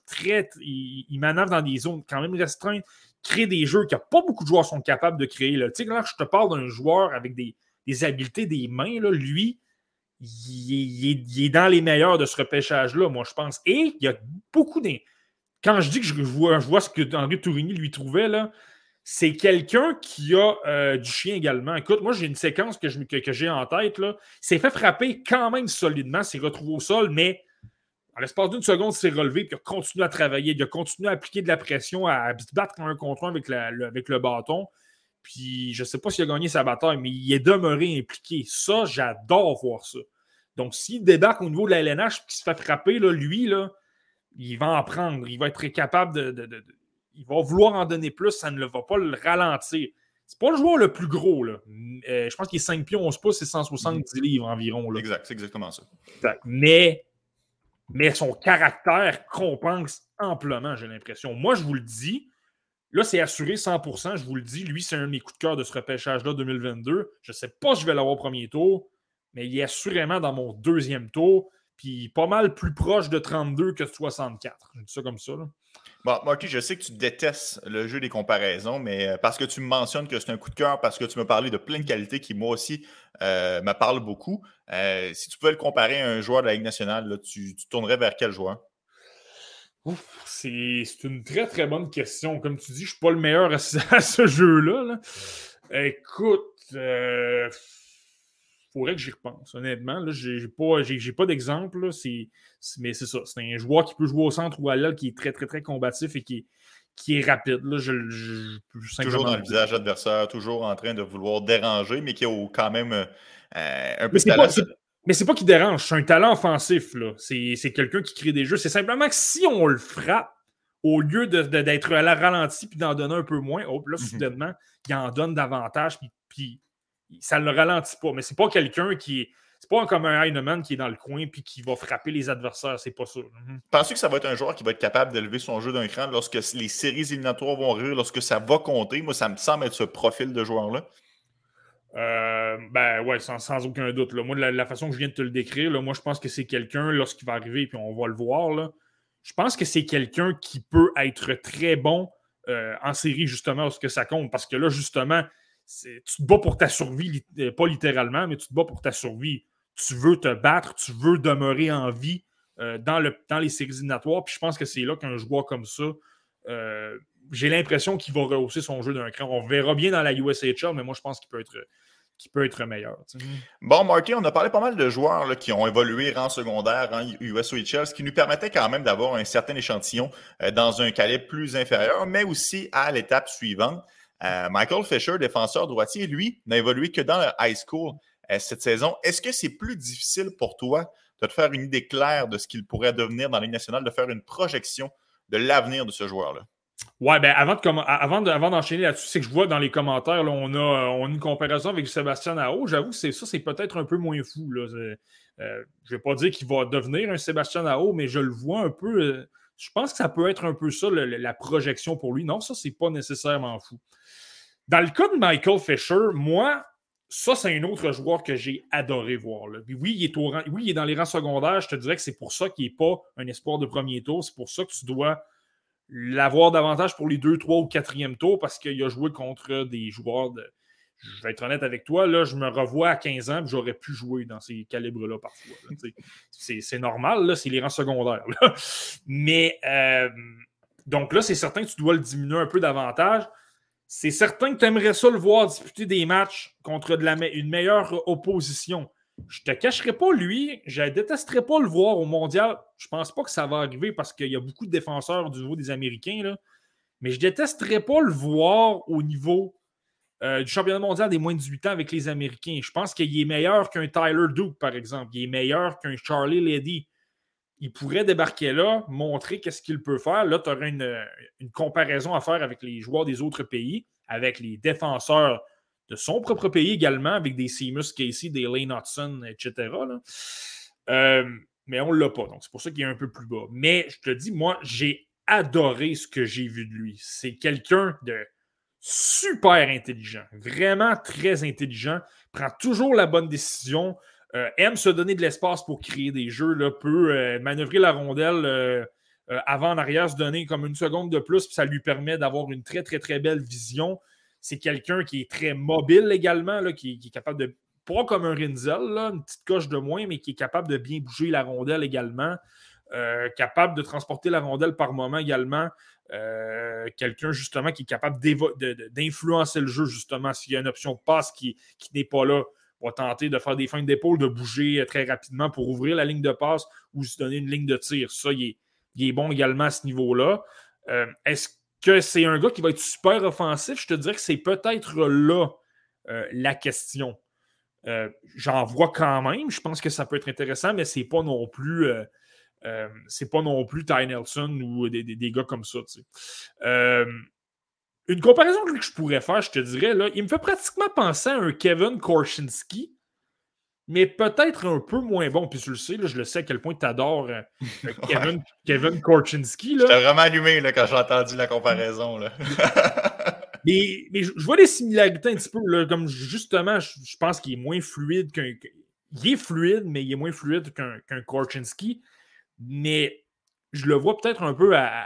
dans des zones quand même restreintes, crée des jeux que pas beaucoup de joueurs sont capables de créer. Tu sais, là, je te parle d'un joueur avec des habiletés des mains, là, lui, il est dans les meilleurs de ce repêchage-là, moi, je pense. Et il y a beaucoup de... Quand je dis que je vois ce que André Tourigny lui trouvait, là, c'est quelqu'un qui a du chien également. Écoute, moi, j'ai une séquence que j'ai en tête. Là. Il s'est fait frapper quand même solidement, s'est retrouvé au sol, mais en l'espace d'une seconde, il s'est relevé, puis il a continué à travailler, il a continué à appliquer de la pression, à se battre un contre un avec le bâton. Puis, je ne sais pas s'il a gagné sa bataille, mais il est demeuré impliqué. Ça, j'adore voir ça. Donc, s'il débarque au niveau de la LNH et qu'il se fait frapper, là, lui, là, il va en prendre. Il va être capable il va vouloir en donner plus. Ça ne va pas le ralentir. C'est pas le joueur le plus gros. Là. Je pense qu'il est 5 pieds 11 pouces et 170 livres environ. Là. Exact, c'est exactement ça. Mais son caractère compense amplement, j'ai l'impression. Moi, je vous le dis, là, c'est assuré 100%. Je vous le dis, lui, c'est un de mes coups de cœur de ce repêchage-là 2022. Je ne sais pas si je vais l'avoir au premier tour, mais il est assurément dans mon deuxième tour, puis pas mal plus proche de 32 que de 64. Je dis ça comme ça. Là. Bon, Marty, je sais que tu détestes le jeu des comparaisons, mais parce que tu me mentionnes que c'est un coup de cœur, parce que tu m'as parlé de plein de qualités qui, moi aussi, me parlent beaucoup. Si tu pouvais le comparer à un joueur de la Ligue nationale, là, tu tournerais vers quel joueur? Ouf, c'est une très très bonne question. Comme tu dis, je ne suis pas le meilleur à ce jeu-là. Là. Écoute, faudrait que j'y repense, honnêtement. Là, j'ai pas d'exemple. Mais c'est ça. C'est un joueur qui peut jouer au centre ou à l'aile, qui est très très très combatif et qui est rapide. Là, Toujours dans le visage adversaire, toujours en train de vouloir déranger, mais qui a quand même un peu mais de talent. Mais c'est pas qu'il dérange, c'est un talent offensif. Là. C'est quelqu'un qui crée des jeux. C'est simplement que si on le frappe, au lieu d'être à la ralenti puis d'en donner un peu moins, là, soudainement, il en donne davantage puis ça ne le ralentit pas. Mais c'est pas quelqu'un qui est. C'est pas comme un Heinemann qui est dans le coin puis qui va frapper les adversaires. C'est pas ça. Penses-tu que ça va être un joueur qui va être capable d'élever son jeu d'un cran lorsque les séries éliminatoires vont arriver, lorsque ça va compter? Moi, ça me semble être ce profil de joueur-là. Ben ouais, sans aucun doute. Là. Moi, la façon que je viens de te le décrire, là, moi, je pense que c'est quelqu'un, lorsqu'il va arriver, puis on va le voir, là, je pense que c'est quelqu'un qui peut être très bon en série, justement, lorsque ça compte. Parce que là, justement, tu te bats pour ta survie, pas littéralement, mais tu te bats pour ta survie. Tu veux te battre, tu veux demeurer en vie dans les séries éliminatoires. Puis je pense que c'est là qu'un joueur comme ça, j'ai l'impression qu'il va rehausser son jeu d'un cran. On verra bien dans la USHL, mais moi, je pense qu'il peut être meilleur. T'sais. Bon, Marty, on a parlé pas mal de joueurs là, qui ont évolué rang secondaire, rang USHL, ce qui nous permettait quand même d'avoir un certain échantillon dans un calibre plus inférieur, mais aussi à l'étape suivante. Michael Fisher, défenseur droitier, lui, n'a évolué que dans le high school cette saison. Est-ce que c'est plus difficile pour toi de te faire une idée claire de ce qu'il pourrait devenir dans la Ligue nationale, de faire une projection de l'avenir de ce joueur-là? Ouais, ben avant d'enchaîner là-dessus, c'est que je vois dans les commentaires, là, on a une comparaison avec Sébastien Aho. J'avoue que c'est peut-être un peu moins fou. Là. Je ne vais pas dire qu'il va devenir un Sébastien Aho, mais je le vois un peu. Je pense que ça peut être un peu ça, la projection pour lui. Non, ça, c'est pas nécessairement fou. Dans le cas de Michael Fisher, moi, ça, c'est un autre joueur que j'ai adoré voir. Là. Puis oui, il est dans les rangs secondaires. Je te dirais que c'est pour ça qu'il n'est pas un espoir de premier tour. C'est pour ça que tu dois l'avoir davantage pour les 2, 3 ou 4e tours parce qu'il a joué contre des joueurs de. Je vais être honnête avec toi, là, je me revois à 15 ans et j'aurais pu jouer dans ces calibres-là parfois. Là, c'est normal, là, c'est les rangs secondaires. Là. Mais donc là, c'est certain que tu dois le diminuer un peu davantage. C'est certain que tu aimerais ça le voir disputer des matchs contre une meilleure opposition. Je te cacherai pas, lui, je détesterais pas le voir au mondial. Je pense pas que ça va arriver parce qu'il y a beaucoup de défenseurs du niveau des Américains, là. Mais je détesterais pas le voir au niveau du championnat mondial des moins de 18 ans avec les Américains. Je pense qu'il est meilleur qu'un Tyler Duke, par exemple. Il est meilleur qu'un Charlie Leddy. Il pourrait débarquer là, montrer qu'est-ce qu'il peut faire. Là, tu aurais une comparaison à faire avec les joueurs des autres pays, avec les défenseurs de son propre pays également, avec des Seamus Casey, des Lane Hudson, etc. Mais on ne l'a pas, donc c'est pour ça qu'il est un peu plus bas. Mais je te dis, moi, j'ai adoré ce que j'ai vu de lui. C'est quelqu'un de super intelligent, vraiment très intelligent, prend toujours la bonne décision, aime se donner de l'espace pour créer des jeux, là, peut manœuvrer la rondelle avant en arrière, se donner comme une seconde de plus, puis ça lui permet d'avoir une très, très, très belle vision. C'est quelqu'un qui est très mobile également, là, qui est capable de, pas comme un Rinzel, là, une petite coche de moins, mais qui est capable de bien bouger la rondelle également, capable de transporter la rondelle par moment également. Quelqu'un justement qui est capable d'influencer le jeu, justement, s'il y a une option de passe qui n'est pas là, va tenter de faire des feintes d'épaule, de bouger très rapidement pour ouvrir la ligne de passe ou se donner une ligne de tir. Ça, il est bon également à ce niveau-là. Est-ce que c'est un gars qui va être super offensif? Je te dirais que c'est peut-être là la question. J'en vois quand même. Je pense que ça peut être intéressant, mais c'est pas non plus... c'est pas non plus Ty Nelson ou des gars comme ça. Tu sais. Une comparaison que je pourrais faire, je te dirais, là, il me fait pratiquement penser à un Kevin Korchinski, mais peut-être un peu moins bon. Puis tu le sais, là, je le sais à quel point tu adores Kevin Korchinski. J'étais vraiment allumé là, quand j'ai entendu la comparaison. Là. mais je vois des similarités un petit peu, là, comme justement, je pense qu'il est moins fluide il est fluide, mais il est moins fluide qu'un Korchinski. Mais je le vois peut-être un peu à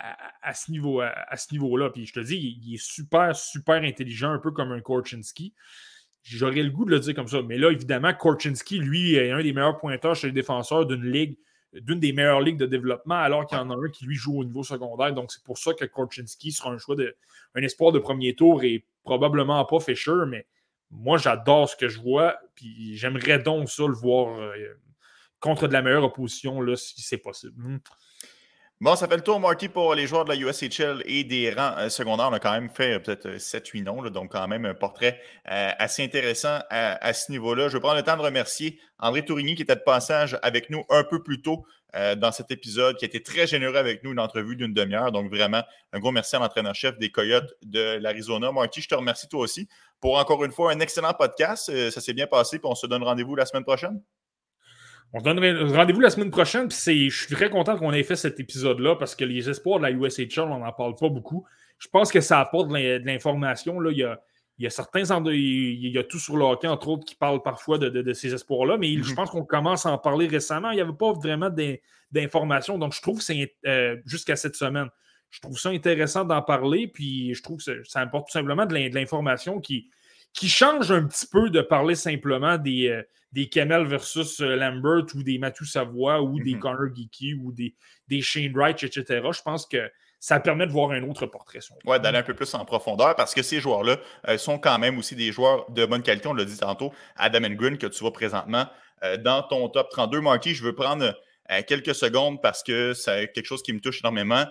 à ce niveau-là. Puis je te dis, il est super, super intelligent, un peu comme un Korchinski. J'aurais le goût de le dire comme ça. Mais là, évidemment, Korchinski, lui, est un des meilleurs pointeurs chez les défenseurs d'une des meilleures ligues de développement, alors qu'il y en a un qui, lui, joue au niveau secondaire. Donc, c'est pour ça que Korchinski sera un espoir de premier tour et probablement pas Fisher, mais moi, j'adore ce que je vois, puis j'aimerais donc ça le voir contre de la meilleure opposition, là, si c'est possible. Bon, ça fait le tour, Marty, pour les joueurs de la USHL et des rangs secondaires. On a quand même fait peut-être 7-8 noms, là, donc quand même un portrait assez intéressant à ce niveau-là. Je vais prendre le temps de remercier André Tourigny qui était de passage avec nous un peu plus tôt dans cet épisode, qui a été très généreux avec nous, une entrevue d'une demi-heure. Donc vraiment, un gros merci à l'entraîneur-chef des Coyotes de l'Arizona. Marty, je te remercie toi aussi pour encore une fois un excellent podcast. Ça s'est bien passé, puis on se donne rendez-vous la semaine prochaine. On se donne rendez-vous la semaine prochaine. Puis je suis très content qu'on ait fait cet épisode-là parce que les espoirs de la USHL, on n'en parle pas beaucoup. Je pense que ça apporte de l'information. Là. Il y a certains endroits, il y a tout sur le hockey, entre autres, qui parlent parfois de ces espoirs-là. Mais je pense qu'on commence à en parler récemment. Il n'y avait pas vraiment d'informations. Donc, je trouve que c'est jusqu'à cette semaine. Je trouve ça intéressant d'en parler. Puis, je trouve que ça apporte tout simplement de l'information qui change un petit peu de parler simplement des Kemmel versus Lambert ou des Matthew Savoie ou des Connor Geeky ou des Shane Wright, etc. Je pense que ça permet de voir un autre portrait. Oui, d'aller un peu plus en profondeur parce que ces joueurs-là sont quand même aussi des joueurs de bonne qualité. On l'a dit tantôt, Adam Engren, que tu vois présentement dans ton top 32. Marty, je veux prendre quelques secondes parce que c'est quelque chose qui me touche énormément.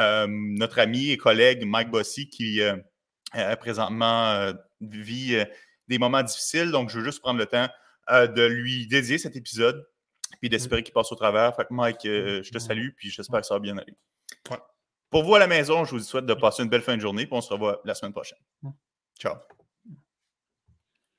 Notre ami et collègue Mike Bossy qui présentement vit des moments difficiles. Donc, je veux juste prendre le temps de lui dédier cet épisode puis d'espérer qu'il passe au travers. Fait que Mike, je te salue puis j'espère que ça va bien aller. Ouais. Pour vous à la maison, je vous souhaite de passer une belle fin de journée puis on se revoit la semaine prochaine. Ciao.